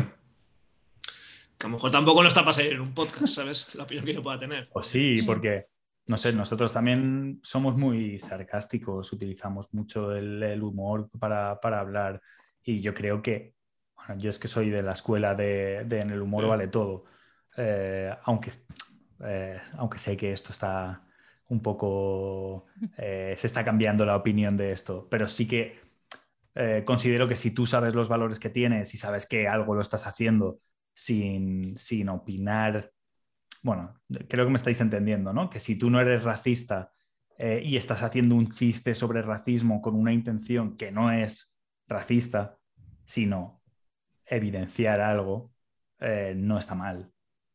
que a lo mejor tampoco no está para salir en un podcast, ¿sabes? La opinión que yo pueda tener. Pues sí, porque, no sé, nosotros también somos muy sarcásticos, utilizamos mucho el, el humor para, para hablar y yo creo que bueno, yo es que soy de la escuela de, de en el humor vale todo, eh, aunque, eh, aunque sé que esto está un poco, eh, se está cambiando la opinión de esto, pero sí que eh, considero que si tú sabes los valores que tienes y sabes que algo lo estás haciendo sin, sin opinar, bueno, creo que me estáis entendiendo, ¿no? Que si tú no eres racista eh, y estás haciendo un chiste sobre racismo con una intención que no es racista, sino evidenciar algo, eh, no está mal.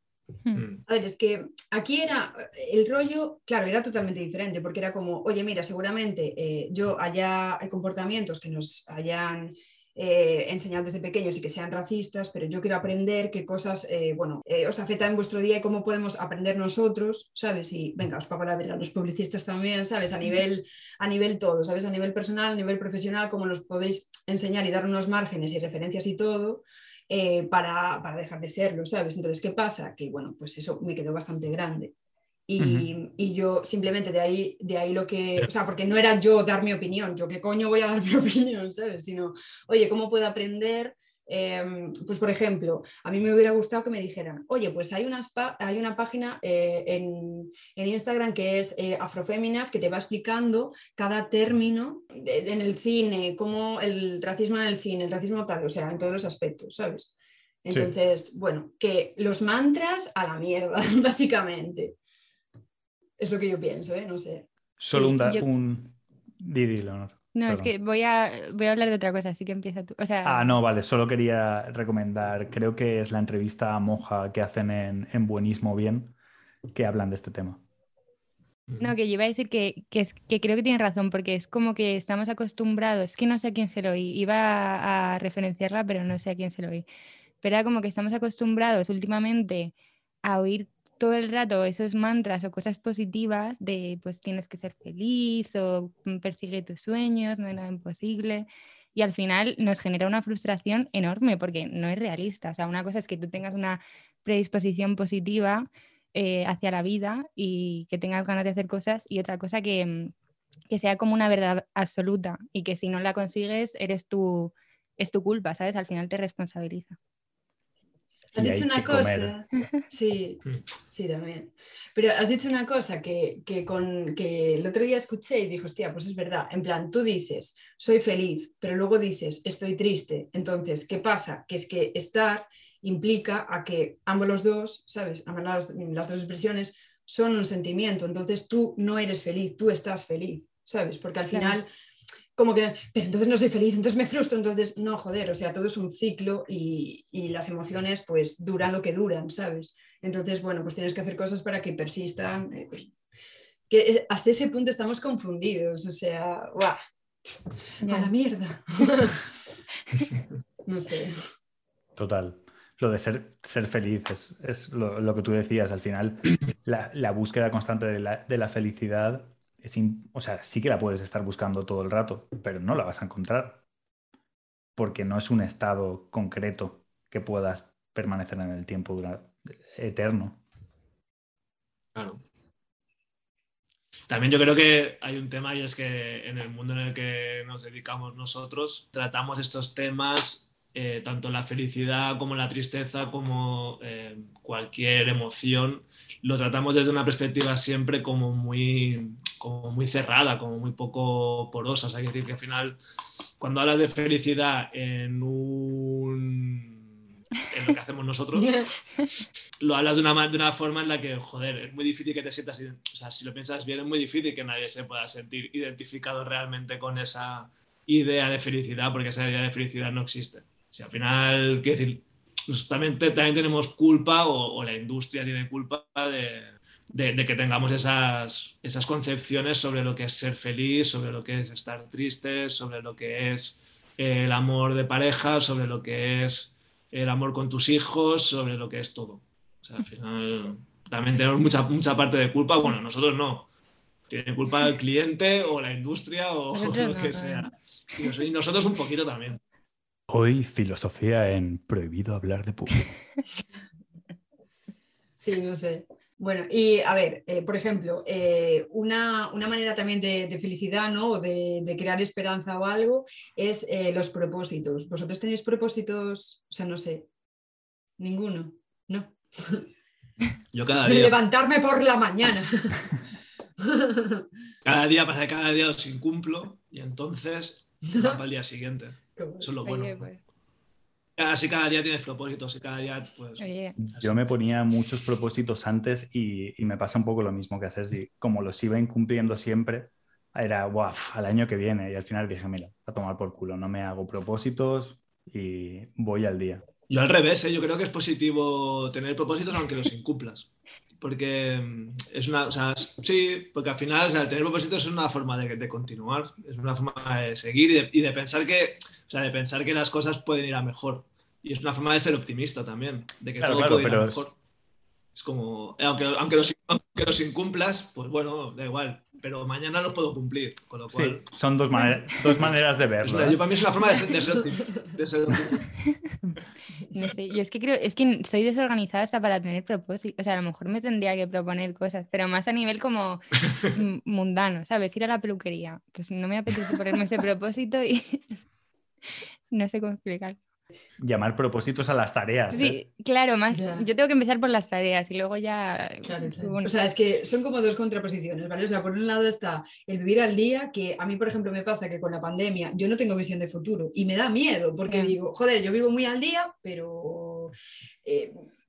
A ver, es que aquí era el rollo, claro, era totalmente diferente, porque era como, oye, mira, seguramente eh, yo haya hay comportamientos que nos hayan eh, enseñado desde pequeños y que sean racistas, pero yo quiero aprender qué cosas, eh, bueno, eh, os afectan en vuestro día y cómo podemos aprender nosotros, ¿sabes? Y venga, os pago la verdad a los publicistas también, ¿sabes? A nivel, a nivel todo, ¿sabes? A nivel personal, a nivel profesional, cómo los podéis enseñar y dar unos márgenes y referencias y todo. Eh, para, para dejar de serlo, ¿sabes? Entonces, ¿qué pasa? Que, bueno, pues eso me quedó bastante grande. Y, uh-huh. y yo simplemente de ahí, de ahí lo que... O sea, porque no era yo dar mi opinión, yo qué coño voy a dar mi opinión, ¿sabes? Sino, oye, ¿cómo puedo aprender? Eh, pues, por ejemplo, a mí me hubiera gustado que me dijeran, oye, pues hay, unas pa- hay una página eh, en, en Instagram que es eh, Afroféminas, que te va explicando cada término de, de, en el cine, cómo el racismo en el cine, el racismo tal, o sea, en todos los aspectos, ¿sabes? Entonces, sí. Bueno, que los mantras a la mierda, básicamente. Es lo que yo pienso, ¿eh? No sé. Solo Sí, un... Da- yo- un... Didi, Leonor. No, es Perdón. que voy a, voy a hablar de otra cosa, así que empieza tú. O sea, Ah, no, vale, solo quería recomendar, creo que es la entrevista a Moja que hacen en, en Buenismo Bien, que hablan de este tema. no, que yo iba a decir que, que, es, que creo que tienes razón, porque es como que estamos acostumbrados, es que no sé a quién se lo oí, iba a, a referenciarla, pero no sé a quién se lo oí. Pero era como que estamos acostumbrados últimamente a oír todo el rato esos mantras o cosas positivas de pues tienes que ser feliz o mm, persigue tus sueños, no hay nada imposible. Y al final nos genera una frustración enorme porque no es realista. O sea, una cosa es que tú tengas una predisposición positiva eh, hacia la vida y que tengas ganas de hacer cosas, y otra cosa que, mm, que sea como una verdad absoluta y que si no la consigues eres tú, es tu culpa, ¿sabes? Al final te responsabiliza. Has Y dicho hay una que comer. cosa, sí, sí, también. Pero has dicho una cosa que, que, con, que el otro día escuché y dije, hostia, pues es verdad. En plan, tú dices, soy feliz, pero luego dices, estoy triste. Entonces, ¿qué pasa? Que es que estar implica a que ambos los dos, ¿sabes? Ambas las, las dos expresiones son un sentimiento. Entonces tú no eres feliz, tú estás feliz, ¿sabes? Porque al Claro. final... como que, pero entonces no soy feliz, entonces me frustro, entonces no, joder, o sea, todo es un ciclo y, y las emociones pues duran lo que duran, ¿sabes? Entonces, bueno, pues tienes que hacer cosas para que persistan, eh, pues, que hasta ese punto estamos confundidos, o sea, ¡guau! Ya. A la mierda. No sé. Total. Lo de ser, ser feliz es, es lo, lo que tú decías. Al final, la, la búsqueda constante de la, de la felicidad, es in- o sea, sí que la puedes estar buscando todo el rato, pero no la vas a encontrar. Porque no es un estado concreto que puedas permanecer en el tiempo dura- eterno. Claro. También yo creo que hay un tema y es que en el mundo en el que nos dedicamos nosotros tratamos estos temas, eh, tanto la felicidad como la tristeza, como eh, cualquier emoción, lo tratamos desde una perspectiva siempre como muy, como muy cerrada, como muy poco porosa. O sea, hay que decir que al final, cuando hablas de felicidad en un... en lo que hacemos nosotros, lo hablas de una, de una forma en la que, joder, es muy difícil que te sientas, o sea, si lo piensas bien, es muy difícil que nadie se pueda sentir identificado realmente con esa idea de felicidad, porque esa idea de felicidad no existe. O sea, al final, quiero decir, pues también, te, también tenemos culpa, o, o la industria tiene culpa de, de, de que tengamos esas, esas concepciones sobre lo que es ser feliz, sobre lo que es estar triste, sobre lo que es eh, el amor de pareja, sobre lo que es el amor con tus hijos, sobre lo que es todo. O sea, al final también tenemos mucha, mucha parte de culpa. Bueno, nosotros no. Tiene culpa el cliente o la industria o Nosotros lo no, que no, sea. no. Y nosotros, y nosotros un poquito también. Hoy filosofía en Prohibido hablar de público. Sí, no sé. Bueno, y a ver, eh, por ejemplo, eh, una, una manera también de, de felicidad, ¿no? O de, de crear esperanza o algo, es eh, los propósitos. ¿Vosotros tenéis propósitos? O sea, no sé, ninguno, ¿no? Yo cada día. Levantarme por la mañana. Cada día pasa que cada día los incumplo y entonces van para el día siguiente. Eso es lo bueno. Oye, pues, Así cada día tienes propósitos y cada día, pues. oye. Yo me ponía muchos propósitos antes y, y me pasa un poco lo mismo que a Sergi. Como los iba incumpliendo siempre, era, wow, al año que viene. Y al final dije, mira, a tomar por culo, no me hago propósitos y voy al día. Yo al revés, ¿eh? Yo creo que es positivo tener propósitos aunque los incumplas. Porque es una, o sea, sí, porque al final, o sea, tener propósitos es una forma de, de continuar, es una forma de seguir y de, y de pensar que, o sea, de pensar que las cosas pueden ir a mejor. Y es una forma de ser optimista también, de que Claro, todo claro, puede ir a pero mejor. Es como, aunque, aunque, los, aunque los incumplas, pues bueno, da igual, pero mañana los puedo cumplir, con lo cual... Sí, son dos, maner- dos maneras de Es verlo. una, ¿eh? yo, para mí es una forma de ser, de ser optimista. De ser optimista. No sé, yo es que creo, es que soy desorganizada hasta para tener propósitos. O sea, a lo mejor me tendría que proponer cosas, pero más a nivel como mm, mundano, ¿sabes? Ir a la peluquería. Pues no me apetece ponerme ese propósito y no sé cómo explicar. Llamar propósitos a las tareas. ¿eh? Sí, claro, más. Ya. Yo tengo que empezar por las tareas y luego ya. Claro, claro. Bueno, O sea, es que son como dos contraposiciones, ¿vale? O sea, por un lado está el vivir al día, que a mí, por ejemplo, me pasa que con la pandemia yo no tengo visión de futuro y me da miedo porque Ya. digo, joder, yo vivo muy al día, pero eh,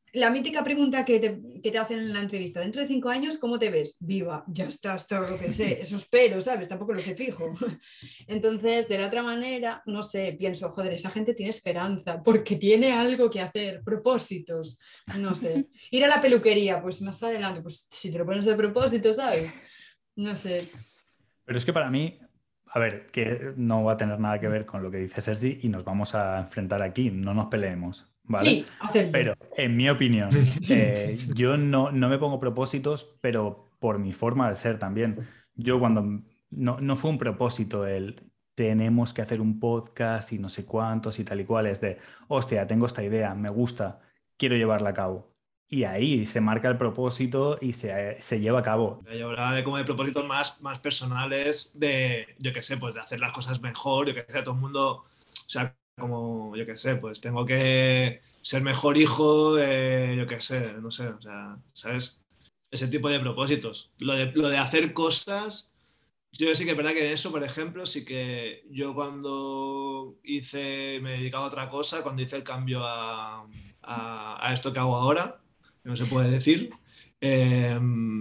La mítica pregunta que te, que te hacen en la entrevista, dentro de cinco años, ¿cómo te ves? Viva, ya está, es todo lo que sé, eso espero, ¿sabes? Tampoco lo sé fijo. Entonces, de la otra manera, no sé, pienso, joder, esa gente tiene esperanza porque tiene algo que hacer, propósitos, no sé. Ir a la peluquería, pues más adelante, pues si te lo pones de propósito, ¿sabes? No sé. Pero es que para mí, a ver, que no va a tener nada que ver con lo que dice Sergi y nos vamos a enfrentar aquí, no nos peleemos, ¿vale? Sí, hacerlo. Pero en mi opinión, eh, yo no, no me pongo propósitos, pero por mi forma de ser también. Yo cuando no, no fue un propósito el tenemos que hacer un podcast y no sé cuántos y tal y cual, es de, hostia, tengo esta idea, me gusta, quiero llevarla a cabo. Y ahí se marca el propósito y se, se lleva a cabo. Y ahora de como de propósitos más, más personales, de, yo qué sé, pues de hacer las cosas mejor, yo qué sé, todo el mundo, o sea, como, yo qué sé, pues tengo que ser mejor hijo, eh, yo qué sé, no sé, o sea, ¿sabes? Ese tipo de propósitos. Lo de, lo de hacer cosas, yo sí que es verdad que en eso, por ejemplo, sí que yo cuando hice, me dedicaba a otra cosa, cuando hice el cambio a, a, a esto que hago ahora, que no se puede decir, eh,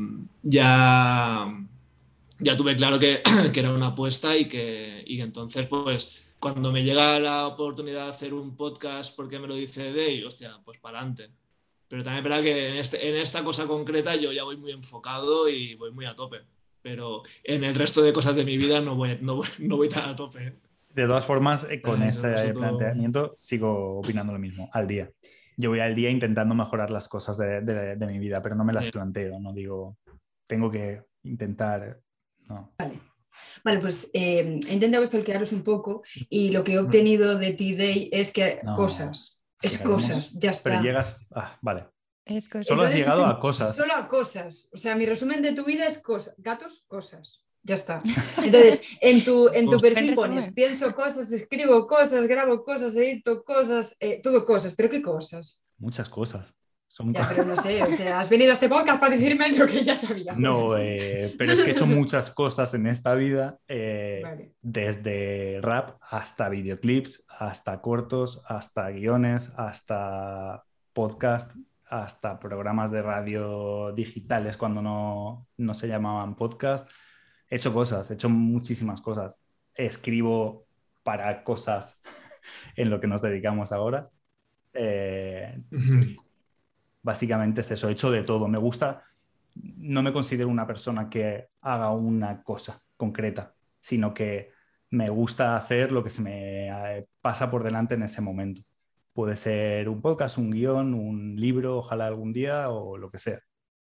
ya, ya tuve claro que, que era una apuesta y que, y que entonces, pues, cuando me llega la oportunidad de hacer un podcast porque me lo dice Dey, hostia, pues para adelante. Pero también es verdad que en, este, en esta cosa concreta yo ya voy muy enfocado y voy muy a tope. Pero en el resto de cosas de mi vida no voy, no voy, no voy tan a tope. ¿eh? De todas formas, eh, con Eso, ese todo... planteamiento sigo opinando lo mismo, al día. Yo voy al día intentando mejorar las cosas de, de, de mi vida, pero no me las planteo, no digo, tengo que intentar, no. Vale. Vale, pues eh, he intentado stalkearos un poco y lo que he obtenido de ti, Dey, es que No, cosas, es llegaremos, cosas, ya está. Pero llegas, ah, vale. Es cosa. Solo has Entonces, llegado es- a cosas. Solo a cosas. O sea, mi resumen de tu vida es cosas. Gatos, cosas. Ya está. Entonces, en tu, en tu Pues, perfil buen pones, resumen. pienso cosas, escribo cosas, grabo cosas, edito cosas, eh, todo cosas. ¿Pero qué cosas? Muchas cosas. Son Ya, co- pero no sé, o sea, has venido a este podcast para decirme lo que ya sabía. No, eh, pero es que he hecho muchas cosas en esta vida, eh, Vale. desde rap hasta videoclips, hasta cortos, hasta guiones, hasta podcast, hasta programas de radio digitales cuando no, no se llamaban podcast. He hecho cosas, he hecho muchísimas cosas. Escribo para cosas en lo que nos dedicamos ahora. Eh, Básicamente es eso, he hecho de todo. Me gusta, no me considero una persona que haga una cosa concreta, sino que me gusta hacer lo que se me eh, pasa por delante en ese momento. Puede ser un podcast, un guión, un libro, ojalá algún día o lo que sea.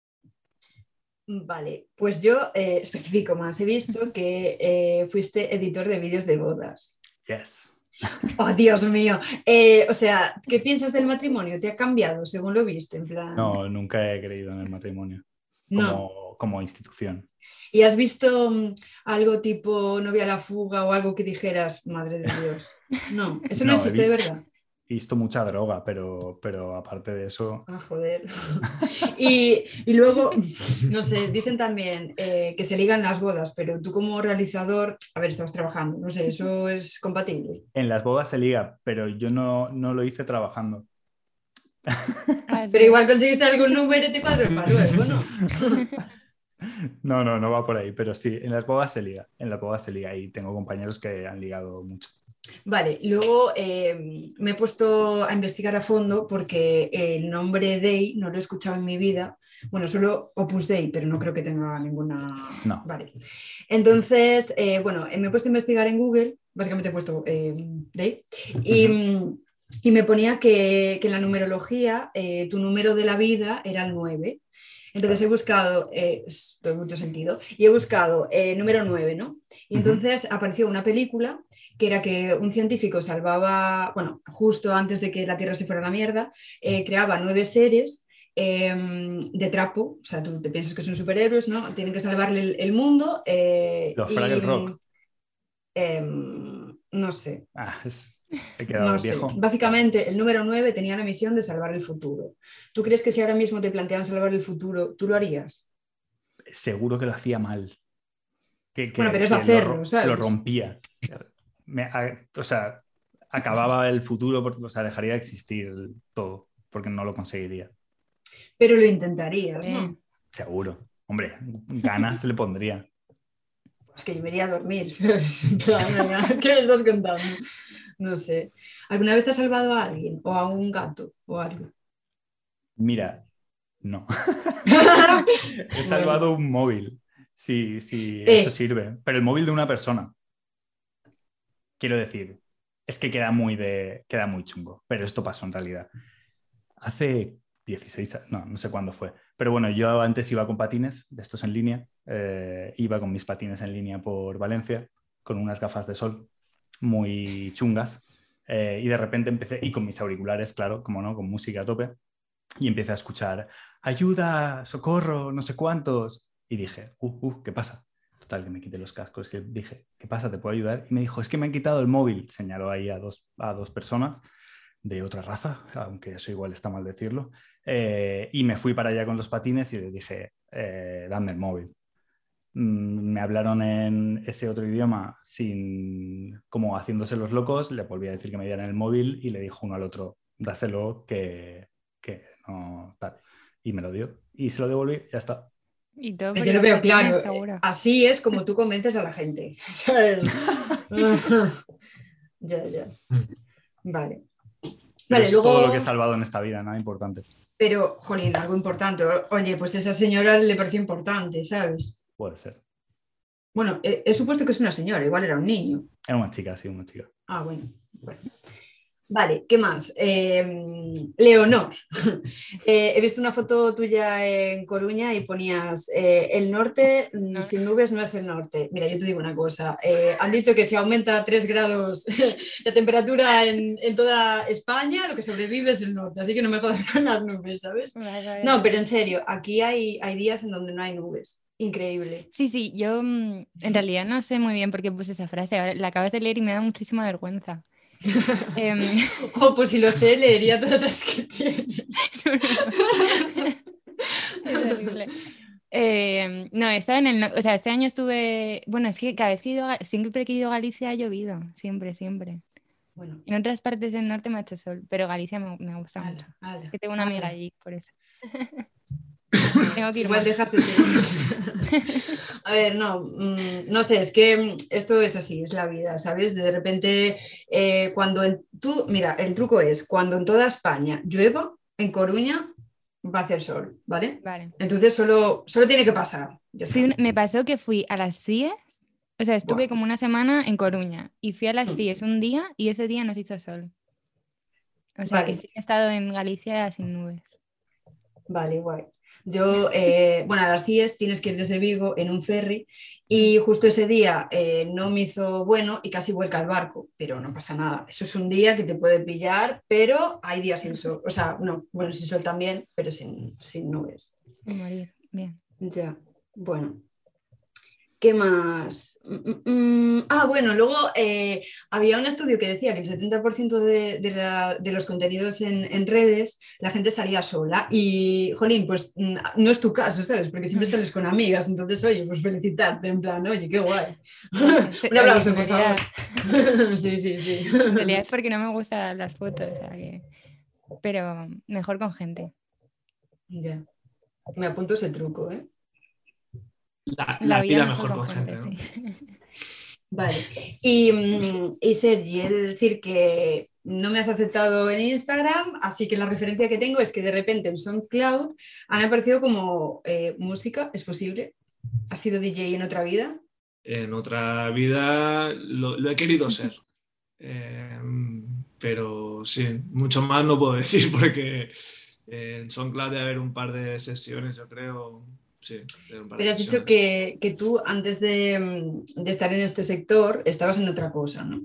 Vale, pues yo eh, especifico más. He visto que eh, fuiste editor de vídeos de bodas. Yes. Oh, Dios mío. Eh, o sea, ¿qué piensas del matrimonio? ¿Te ha cambiado según lo viste? En plan... No, nunca he creído en el matrimonio No. como, como institución. ¿Y has visto um, algo tipo Novia a la fuga o algo que dijeras, madre de Dios? No, eso no, No, he existe vi- de verdad. He visto mucha droga, pero, pero aparte de eso, Ah, joder. Y, y luego, no sé, dicen también eh, que se ligan las bodas, pero tú como realizador, a ver, estabas trabajando, no sé, ¿eso es compatible? en las bodas se liga, pero yo no, no lo hice trabajando. Ah, es Pero verdad. igual conseguiste algún número y te cuadro para luego, ¿no? No, no, no va por ahí, pero sí, en las bodas se liga, en las bodas se liga y tengo compañeros que han ligado mucho. Vale, luego eh, me he puesto a investigar a fondo porque el nombre Dey no lo he escuchado en mi vida. Bueno, solo Opus Dei, pero no creo que tenga ninguna... No. Vale. Entonces, eh, bueno, me he puesto a investigar en Google, básicamente he puesto eh, Dey, y, Ujú. y me ponía que, que en la numerología eh, tu número de la vida era el nueve. Entonces Claro. he buscado, eh, esto tiene mucho sentido, y he buscado eh, número nueve, ¿no? Y entonces Ujú. apareció una película que era que un científico salvaba, bueno, justo antes de que la Tierra se fuera a la mierda, eh, creaba nueve seres eh, de trapo, o sea, tú te piensas que son superhéroes, ¿no? Tienen que salvarle el, el mundo. Eh, Los y, Fraggle Rock. eh, no sé, Ah, es... He no quedado sé. viejo. Básicamente, el número nueve tenía la misión de salvar el futuro. ¿Tú crees que si ahora mismo te plantean salvar el futuro, tú lo harías? Seguro que lo hacía mal. Que, que- Bueno, pero es que lo, hacerlo, ro- ¿sabes? lo rompía. Me- a- o sea, acababa el futuro, porque, o sea, dejaría de existir todo, porque no lo conseguiría. Pero lo intentarías, ¿no? Eh. Seguro. Hombre, ganas le pondría. Es que yo me iría a dormir, ¿sabes? En plan, venga, ¿qué me estás contando? No sé. ¿Alguna vez has salvado a alguien? ¿O a un gato? ¿O algo? Mira, no. He salvado un móvil. Sí, sí, Eh. eso sirve. Pero el móvil de una persona. Quiero decir, es que queda muy de. Queda muy chungo. Pero esto pasó en realidad. Hace dieciséis años, no, no sé cuándo fue. Pero bueno, yo antes iba con patines, de estos en línea. Eh, iba con mis patines en línea por Valencia, con unas gafas de sol muy chungas. Eh, y de repente empecé, y con mis auriculares, claro, como no, con música a tope. Y empecé a escuchar, ayuda, socorro, no sé cuántos. Y dije, uh, uh, ¿qué pasa? Total, que me quité los cascos y dije, ¿qué pasa? ¿Te puedo ayudar? Y me dijo, es que me han quitado el móvil. Señaló ahí a dos, a dos personas de otra raza, aunque eso igual está mal decirlo. Eh, y me fui para allá con los patines y les dije, eh, dame el móvil. Mm, me hablaron en ese otro idioma sin, como haciéndose los locos. Le volví a decir que me dieran el móvil y le dijo uno al otro, dáselo que... que no tal. Y me lo dio. Y se lo devolví, ya está. Y todo Yo lo veo claro. Seguro. Así es como tú convences a la gente. ¿Sabes? Ya, ya. Vale. Vale, es luego... todo lo que he salvado en esta vida, nada importante. Pero, jolín, algo importante. Oye, pues esa señora le pareció importante, ¿sabes? Puede ser. Bueno, he, he supuesto que es una señora, igual era un niño. Era una chica, sí, una chica. Ah, bueno. bueno. Vale, ¿qué más? Eh, Leonor, eh, he visto una foto tuya en Coruña y ponías eh, el norte No. sin nubes no es el norte. Mira, yo te digo una cosa, eh, han dicho que si aumenta tres grados la temperatura en, en toda España, lo que sobrevive es el norte, así que no me jodas con las nubes, ¿sabes? Vale, vale. No, pero en serio, aquí hay, hay días en donde no hay nubes. Increíble. Sí, sí, yo mm, en realidad no sé muy bien por qué puse esa frase. Ahora la acabas de leer y me da muchísima vergüenza. eh, Oh, pues si lo sé, leería todas las que tienes. Es horrible. Eh, no, estaba en el, no- o sea, este año estuve, bueno, es que cada vez que he ido a- siempre que he ido a Galicia ha llovido, siempre, siempre. Bueno, En otras partes del norte me ha hecho sol, pero Galicia me, me gusta ala, mucho. ala, Que tengo una amiga ala. allí, por eso. Tengo que ir Igual más. dejas de ser. A ver, no, mm, no sé, es que mm, esto es así, es la vida, ¿sabes? De repente, eh, cuando en- tú, mira, el truco es, cuando en toda España llueva, en Coruña va a hacer sol, ¿vale? Vale. Entonces solo, solo tiene que pasar. Ya está. Fui un- me pasó que fui a las C I E S, o sea, estuve Buah. como una semana en Coruña y fui a las Mm. C I E S un día y ese día nos hizo sol. O sea, Vale. que sí he estado en Galicia sin nubes. Vale, guay. Yo, eh, bueno, a las C I E S tienes que ir desde Vigo en un ferry y justo ese día eh, no me hizo bueno y casi vuelca el barco, pero no pasa nada. Eso es un día que te puede pillar, pero hay días sin sol. O sea, no, bueno, sin sol también, pero sin, sin nubes. Sin morir. Bien. Ya, bueno. ¿Qué más? Mm, mm, mm. Ah, bueno, luego eh, había un estudio que decía que el setenta por ciento de, de, la- de los contenidos en, en redes la gente salía sola y, jolín, pues mm, no es tu caso, ¿sabes? Porque siempre sales con amigas, entonces, oye, pues felicitarte, en plan, oye, qué guay. Un aplauso, Oye, por en realidad- favor. Sí, sí, sí. En realidad es porque no me gustan las fotos, o sea que... Pero mejor con gente. Ya. Me apunto ese truco, ¿eh? La, La, la vida, vida mejor con gente, ¿no? sí. Vale. Y, mm, y Sergi, he de decir que no me has aceptado en Instagram, así que la referencia que tengo es que de repente en SoundCloud han aparecido como eh, música, ¿es posible? ¿Has sido D J en otra vida? En otra vida lo, lo he querido ser. Eh, pero sí, mucho más no puedo decir porque en SoundCloud debe haber un par de sesiones, yo creo. Sí, debe haber un par de Pero has dicho sesiones. que, que tú antes de, mm, de estar en este sector estabas en otra cosa, ¿no?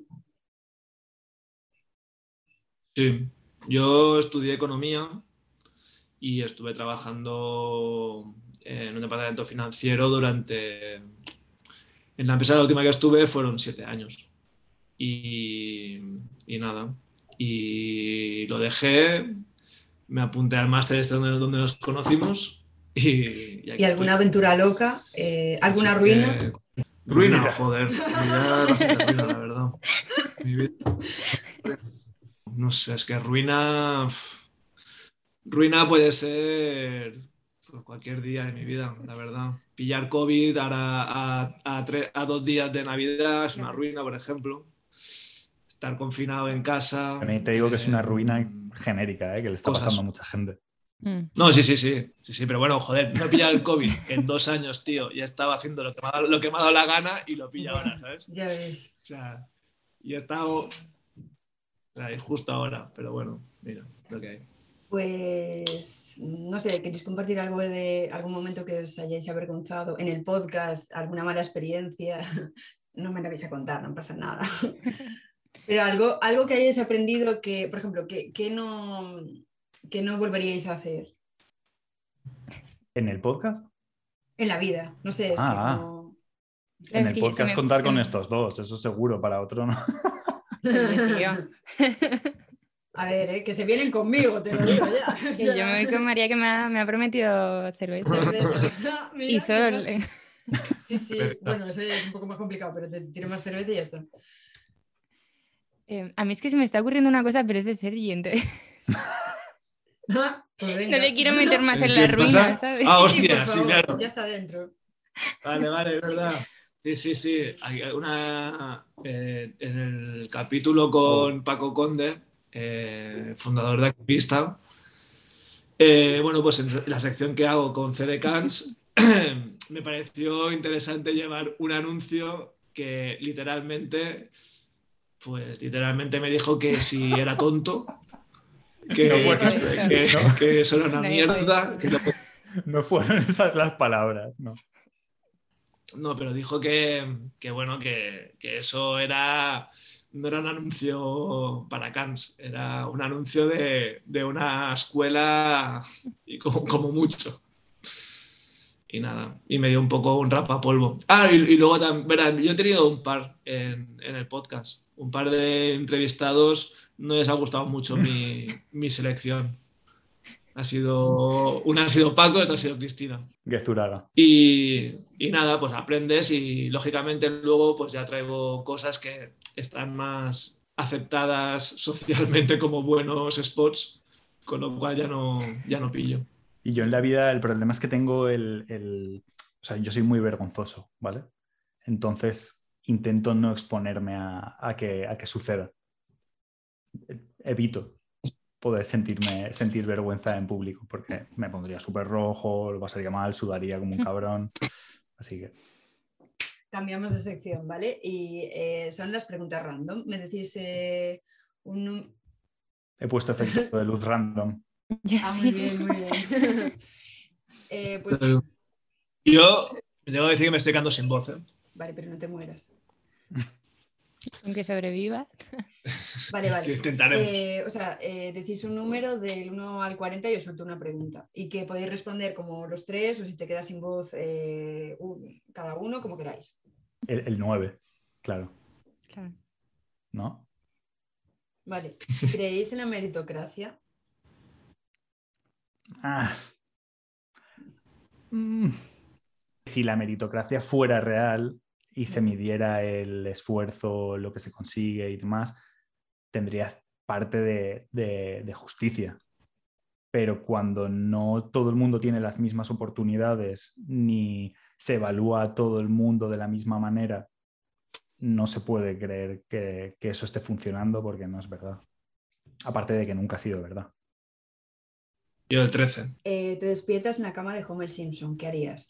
Sí, yo estudié economía y estuve trabajando en un departamento financiero durante... En la empresa la última que estuve fueron siete años. Y, y nada, y lo dejé, me apunté al máster este donde, donde nos conocimos y, y aquí ¿Y alguna estoy. aventura loca? Eh, ¿Alguna Así ruina? que- Ruina, Ruina. joder, mi vida es bastante ruina, la verdad. Mi vida- No sé, es que ruina... uf, ruina puede ser pues, cualquier día de mi vida, la verdad. Pillar COVID ahora a, a, tres, a dos días de Navidad es una ruina, por ejemplo. Estar confinado en casa. A mí te digo eh, que es una ruina genérica, ¿eh? Que le está cosas. pasando a mucha gente. No, sí, sí, sí, sí, sí, pero bueno, joder, no he pillado el COVID en dos años, tío, y estaba haciendo lo que me ha dado, lo que me ha dado la gana y lo pillo ahora, ¿sabes? Ya ves. O sea, y he estado, o sea, y justo ahora, pero bueno, mira, lo que hay. Pues, no sé, ¿queréis compartir algo de algún momento que os hayáis avergonzado en el podcast, alguna mala experiencia? No me la vais a contar, no pasa nada. Pero algo, algo que hayáis aprendido que, por ejemplo, que, que, no, que no volveríais a hacer ¿En el podcast? en la vida. No sé, es Ah, que ah. como... En Es el que podcast se me- contar se con me- estos dos, eso seguro, para otro no. Oye, tío. A ver, ¿eh? Que se vienen conmigo, te lo digo ya. O Que sea, yo me voy con María que me ha, me ha prometido cerveza. cerveza. Mira, Y sol. mira. Sí, sí, Cerveza. bueno, eso ya es un poco más complicado, pero te tiro más cerveza y ya está. Eh, a mí es que se me está ocurriendo una cosa, pero es de Sergi, entonces Pues venga. no le quiero meter más en ¿Qué la pasa? ruina, ¿sabes? Ah, Sí, hostia, por sí, favor, claro. ya está dentro. Vale, vale, es verdad. Sí, sí, sí. Hay una, eh, en el capítulo con Paco Conde, eh, fundador de Activista, eh, bueno, pues en la sección que hago con C D Cans, me pareció interesante llevar un anuncio que literalmente, pues literalmente me dijo que si era tonto, que, No, bueno, que, no. que eso era una No, mierda, que lo No fueron esas las palabras, ¿no? No, pero dijo que, que bueno, que, que eso era, no era un anuncio para Cans, era un anuncio de, de una escuela y como, como mucho. Y nada, y me dio un poco un rapapolvo. Ah, y, y luego también, verán, yo he tenido un par en, en el podcast, un par de entrevistados, no les ha gustado mucho mi, mi selección. Ha sido, una ha sido Paco y otra ha sido Cristina. Gezuraga. Y, y nada, pues aprendes y lógicamente luego pues ya traigo cosas que están más aceptadas socialmente como buenos spots, con lo cual ya no, ya no pillo. Y yo en la vida el problema es que tengo el, el... O sea, yo soy muy vergonzoso, ¿vale? Entonces intento no exponerme a, a, que, a que suceda. Evito poder sentirme, sentir vergüenza en público porque me pondría súper rojo, lo pasaría mal, sudaría como un cabrón. Así que... Cambiamos de sección, ¿vale? Y eh, son las preguntas random. Me decís eh, un... He puesto efecto de luz random. Ah, muy bien, muy bien. eh, pues... Yo tengo que decir que me estoy quedando sin voz, ¿eh? Vale, pero no te mueras. Aunque sobrevivas. Vale, vale. Intentaremos. Eh, o sea, eh, decís un número del uno al cuarenta y os suelto una pregunta. Y que podéis responder como los tres o si te quedas sin voz eh, un, cada uno, como queráis. El, el nueve, claro. Claro. ¿No? Vale. ¿Creéis en la meritocracia? Ah. Mm. Si la meritocracia fuera real y se midiera el esfuerzo, lo que se consigue y demás, tendría parte de, de, de justicia. Pero cuando no todo el mundo tiene las mismas oportunidades ni se evalúa a todo el mundo de la misma manera, no se puede creer que, que eso esté funcionando porque no es verdad. Aparte de que nunca ha sido verdad. Yo el trece. Eh, te despiertas en la cama de Homer Simpson. ¿Qué harías?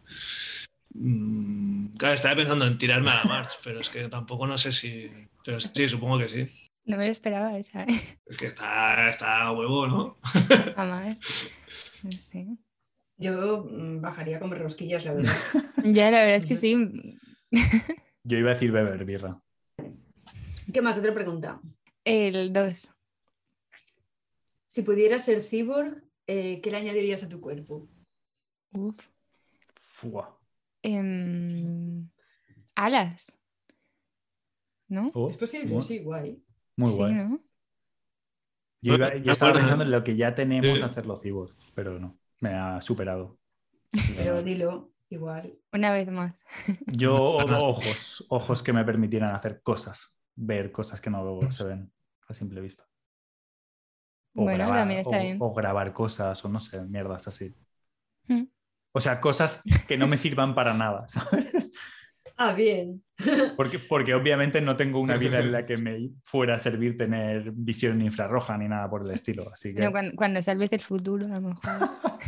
Mm, claro, estaba pensando en tirarme a la marcha, pero es que tampoco no sé si... Pero sí, supongo que sí. No me lo esperaba esa, ¿eh? Es que está, está a huevo, ¿no? Jamás. No sé. Yo mm, bajaría a comer rosquillas, la verdad. Ya, la verdad es que sí. Yo iba a decir beber birra. ¿Qué más? Otra pregunta. El dos. Si pudieras ser cyborg, eh, ¿qué le añadirías a tu cuerpo? Uf. Fua. Em, alas. ¿No? Oh, ¿Es posible? muy, Sí, guay. muy Sí, guay. ¿no? Yo, iba- yo estaba pensando en lo que ya tenemos Sí. hacerlo cyborg, pero no, me ha superado. Pero dilo, igual. Una vez más. Yo, ojos, ojos que me permitieran hacer cosas, ver cosas que no se ven a simple vista. O, Bueno, grabar, también está o- bien. o grabar cosas, o no sé, mierdas así. Mm. O sea, cosas que no me sirvan para nada, ¿sabes? Ah, bien. Porque, porque obviamente no tengo una vida en la que me fuera a servir tener visión infrarroja ni nada por el estilo. Así que Bueno, cuando, cuando salves el futuro, a lo mejor.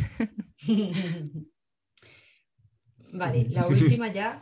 Vale, la última ya.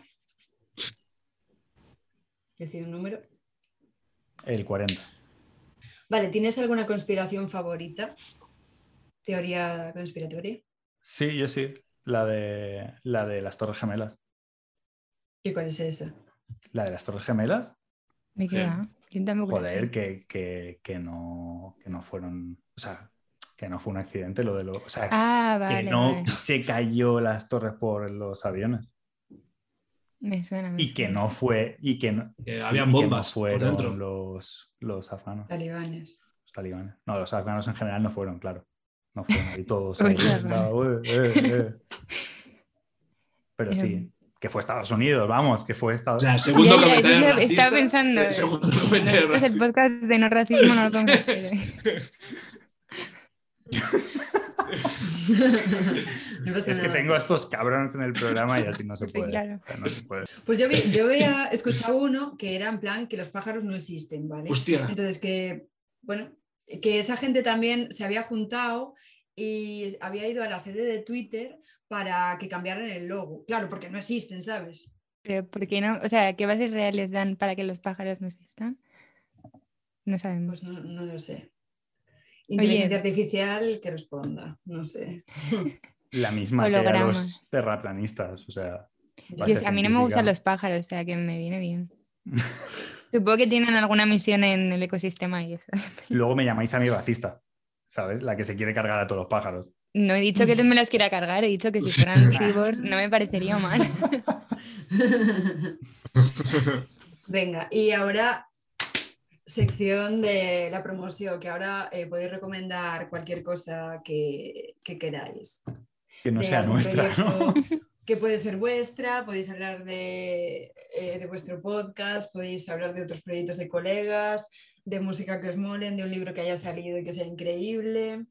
Decir un número. el cuarenta. Vale, ¿tienes alguna conspiración favorita? ¿Teoría conspiratoria? Sí, yo sí. La de, la de las Torres Gemelas. ¿Y cuál es esa? La de las Torres Gemelas, ¿De qué Sí. va? Yo tampoco la joder, sé. que, que, que no, que no fueron. O sea, que no fue un accidente lo de lo. O sea, Ah, que vale, no vale. se cayó las torres por los aviones. Me suena, me Y que suena. no fue. Y que no, Que sí, habían y que no bombas por fueron dentro. los, los afganos. Talibanes. Los talibanes. No, los afganos en general no fueron, claro. No fueron ahí todos Uy, ahí. qué en plan, "Ué, eh, eh". Pero Em, sí, que fue Estados Unidos, vamos, que fue O Estados sea, el Ya, segundo ya, comentario eso racista. estaba pensando. El segundo comentario Nosotros el racista. podcast de no racismo no lo podemos hacer. No pasa Es que nada. tengo a estos cabrones en el programa y así no se Sí, puede. claro. O sea, no se puede. Pues yo, vi- yo había escuchado uno que era en plan que los pájaros no existen, ¿vale? Hostia. Entonces que, bueno, que esa gente también se había juntado y había ido a la sede de Twitter para que cambiaran el logo. Claro, porque no existen, ¿sabes? Pero ¿por qué no? O sea, ¿qué bases reales dan para que los pájaros no existan? No sabemos. Pues no, no lo sé. Inteligencia Oye, artificial que responda, no sé. La misma que a hologramas. los terraplanistas. O sea, Ya. Yo- base a mí no me gustan científica. los pájaros, o sea que me viene bien. Supongo que tienen alguna misión en el ecosistema y eso. Luego me llamáis a mi racista, ¿sabes? La que se quiere cargar a todos los pájaros. No he dicho que me las quiera cargar, he dicho que si fueran cyborgs no me parecería mal. Venga, y ahora sección de la promoción, que ahora eh, podéis recomendar cualquier cosa que, que queráis. Que no De sea algún nuestra, ¿no? proyecto que puede ser vuestra, podéis hablar de, eh, de vuestro podcast, podéis hablar de otros proyectos de colegas, de música que os molen, de un libro que haya salido y que sea increíble.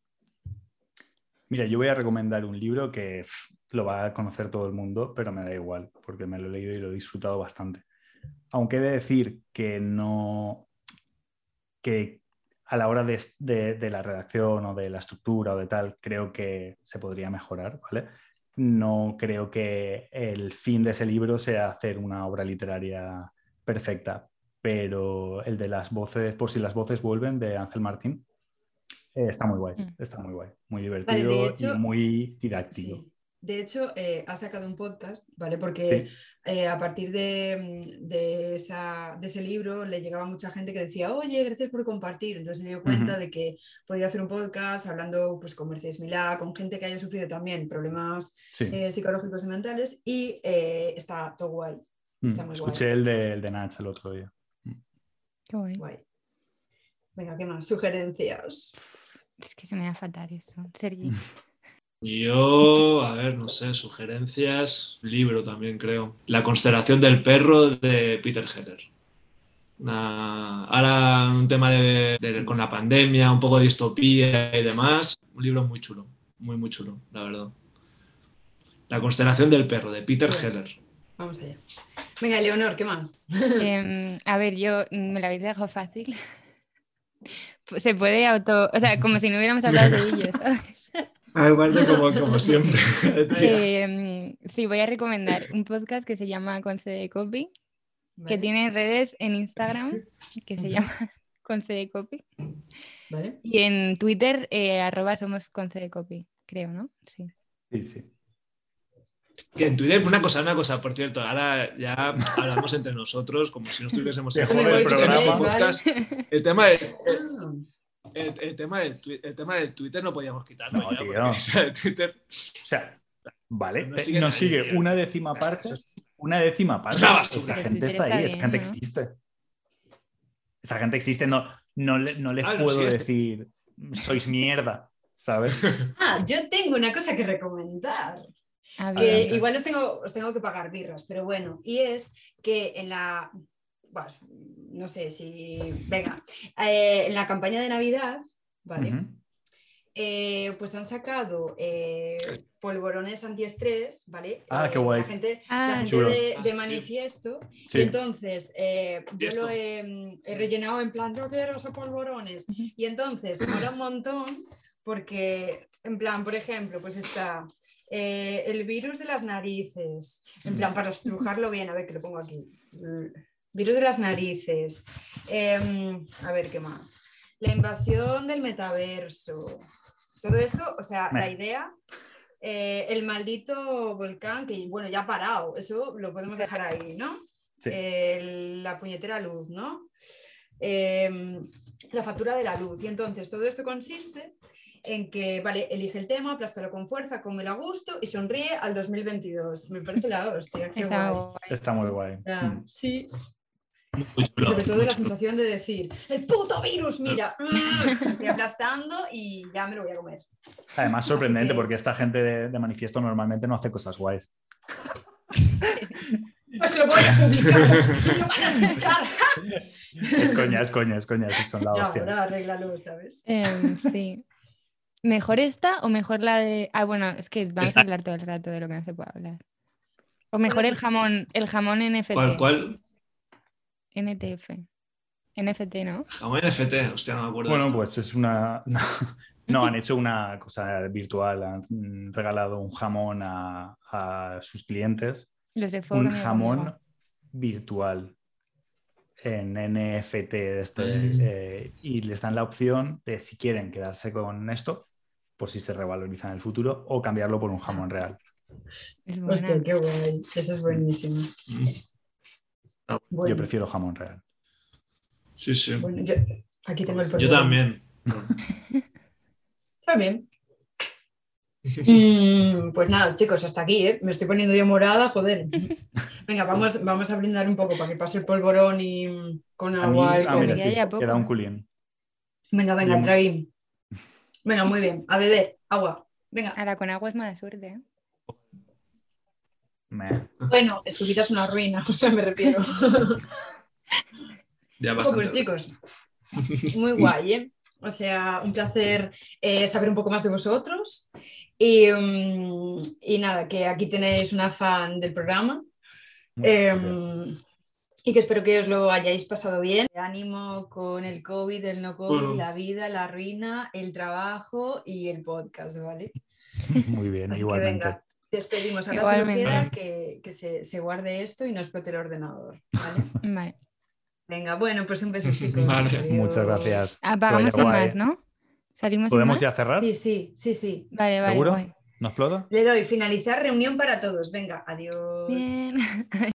Mira, yo voy a recomendar un libro que pff, lo va a conocer todo el mundo, pero me da igual, porque me lo he leído y lo he disfrutado bastante. Aunque he de decir que no. que a la hora de, de, de la redacción o de la estructura o de tal, creo que se podría mejorar, ¿vale? No creo que el fin de ese libro sea hacer una obra literaria perfecta, pero el de las voces, por si las voces vuelven, de Ángel Martín, eh, está muy guay, Mm. está muy guay, muy Vale, divertido de y hecho, muy didáctico. sí. De hecho, eh, ha sacado un podcast, ¿vale? Porque Sí. eh, a partir de, de, esa, de ese libro le llegaba mucha gente que decía, oye, gracias por compartir. Entonces se dio cuenta Ujú. de que podía hacer un podcast hablando pues, con Mercedes Milá, con gente que haya sufrido también problemas Sí. eh, psicológicos y mentales, y eh, está todo guay. Está Mm, muy Escuché guay. el de, el de Nach el otro día. Qué guay. guay. Venga, ¿qué más? Sugerencias. Es que se me da fatal eso. Sergi. Yo, a ver, no sé, sugerencias. Libro también, creo. La constelación del perro de Peter Heller. Una- ahora un tema de, de- con la pandemia, un poco de distopía y demás. Un libro muy chulo, muy, muy chulo, la verdad. La constelación del perro de Peter Bueno. Heller. Vamos allá. Venga, Leonor, ¿qué más? Em, a ver, yo mm, me lo habéis dejado fácil. Pues se puede auto... O sea, como si no hubiéramos hablado de ellos, ¿sabes? Además de como, como siempre. Em, sí, voy a recomendar un podcast que se llama Con C D Copy, que ¿Vale? tiene redes en Instagram, que se Ujú. llama Con C D Copy, ¿Vale? y en Twitter, eh, arroba somos Con C D Copy, creo, ¿no? Sí. Sí, sí. Que en Twitter, una cosa, una cosa, por cierto, ahora ya hablamos entre nosotros como si no estuviésemos Te en, jode el en programa. este ¿Vale? podcast. El tema de, Ah, el, el tema del, twi- el tema del Twitter no podíamos quitarlo No, ya, tío. porque, o sea, el Twitter O sea, vale, No te- sigue nos nadie, sigue tío. una décima parte, Eso es- una décima parte. una basura. Esa Pero gente Twitter está está ahí, esa bien, gente ¿no? existe. Esa gente existe, no, no, le- no les Ah, no, puedo sí, este- decir, sois mierda, ¿sabes? Ah, yo tengo una cosa que recomendar. A Que ver, Adelante. igual os tengo, os tengo que pagar birras, pero bueno, y es que en la, pues, no sé si, venga, eh, en la campaña de Navidad, ¿vale? Ujú. eh, pues han sacado eh, polvorones antiestrés, ¿vale? Ah, Eh, qué guay. La gente, Ah, la gente chulo. de, Ah, de sí. manifiesto. Sí. Y entonces eh, yo Esto. lo he, he rellenado en plan, yo quiero esos polvorones. Y entonces mola un montón porque, en plan, por ejemplo, pues está eh, el virus de las narices, en plan, para estrujarlo bien, a ver que lo pongo aquí. Virus de las narices. Eh, a ver, ¿qué más? La invasión del metaverso. Todo esto, o sea, Meh. la idea, eh, el maldito volcán, que bueno, ya ha parado, eso lo podemos dejar ahí, ¿no? Sí. El- la puñetera luz, ¿no? Eh, la factura de la luz. Y entonces todo esto consiste en que, vale, elige el tema, aplástalo con fuerza, cómelo a gusto y sonríe al dos mil veintidós. Me parece la hostia, qué Está guay. guay. Está muy guay. Ah, Mm. sí. Muy Y chulo, sobre todo muy la chulo. sensación de decir, el puto virus, mira, mm, estoy aplastando y ya me lo voy a comer. Además, sorprendente que- porque esta gente de, de manifiesto normalmente no hace cosas guays. Pues lo voy a publicar y lo van a escuchar. Es coña, es coña, es coña. Sí, son la Ya, hostia. ahora arréglalo, ¿sabes? Em, sí. ¿Mejor esta o mejor la de...? Ah, bueno, es que vamos Esta. a hablar todo el rato de lo que no se puede hablar. O mejor Bueno, el sí. jamón, el jamón N F T. ¿Cuál, cuál? N T F. N F T, ¿no? Jamón N F T, hostia, no me acuerdo. de Bueno, esto. pues es una... No, han hecho una cosa virtual. Han mm, regalado un jamón a, a sus clientes. Los de fuego Un que me jamón conmigo. virtual en N F T de este, Mm. eh, y les dan la opción de si quieren quedarse con esto por si se revaloriza en el futuro o cambiarlo por un jamón real. Es buena. Hostia, qué guay. Eso es buenísimo. Mm. Bueno, Yo prefiero jamón real. Sí, sí. bueno, yo aquí tengo el Yo polvorón. también. También. Mm, pues nada, chicos, hasta aquí, ¿eh? Me estoy poniendo yo morada, joder. Venga, vamos, vamos a brindar un poco para que pase el polvorón y mm, con A mí, agua. y ah, con- mira, ya sí, ya poco, queda un ¿eh? culín. Venga, venga, Bien. traí. Venga, muy bien. A beber, agua. Venga. Ahora con agua es mala suerte, ¿eh? Meh. Bueno, su vida es una ruina, o sea, me refiero. Ya Ojo, bastante. pues chicos, muy guay, ¿eh? O sea, un placer eh, saber un poco más de vosotros. Y, mm, y nada, que aquí tenéis una fan del programa. Muchas Eh, gracias. y que espero que os lo hayáis pasado bien. Ánimo con el COVID, el no COVID, Bueno. la vida, la ruina, el trabajo y el podcast, ¿vale? Muy bien, Así igualmente. que venga, despedimos. Ahora Igualmente. solo queda que, que se, se guarde esto y no explote el ordenador, ¿vale? Vale. Venga, bueno, pues un beso, chicos. Vale. Adiós. Muchas gracias. Apagamos Que sin vaya guay. más, ¿no? ¿Salimos sin ¿Podemos más? ya cerrar? Sí, sí, sí, sí. Vale, vale, ¿Seguro? guay. ¿No explota? Le doy finalizar reunión para todos. Venga, adiós. Bien.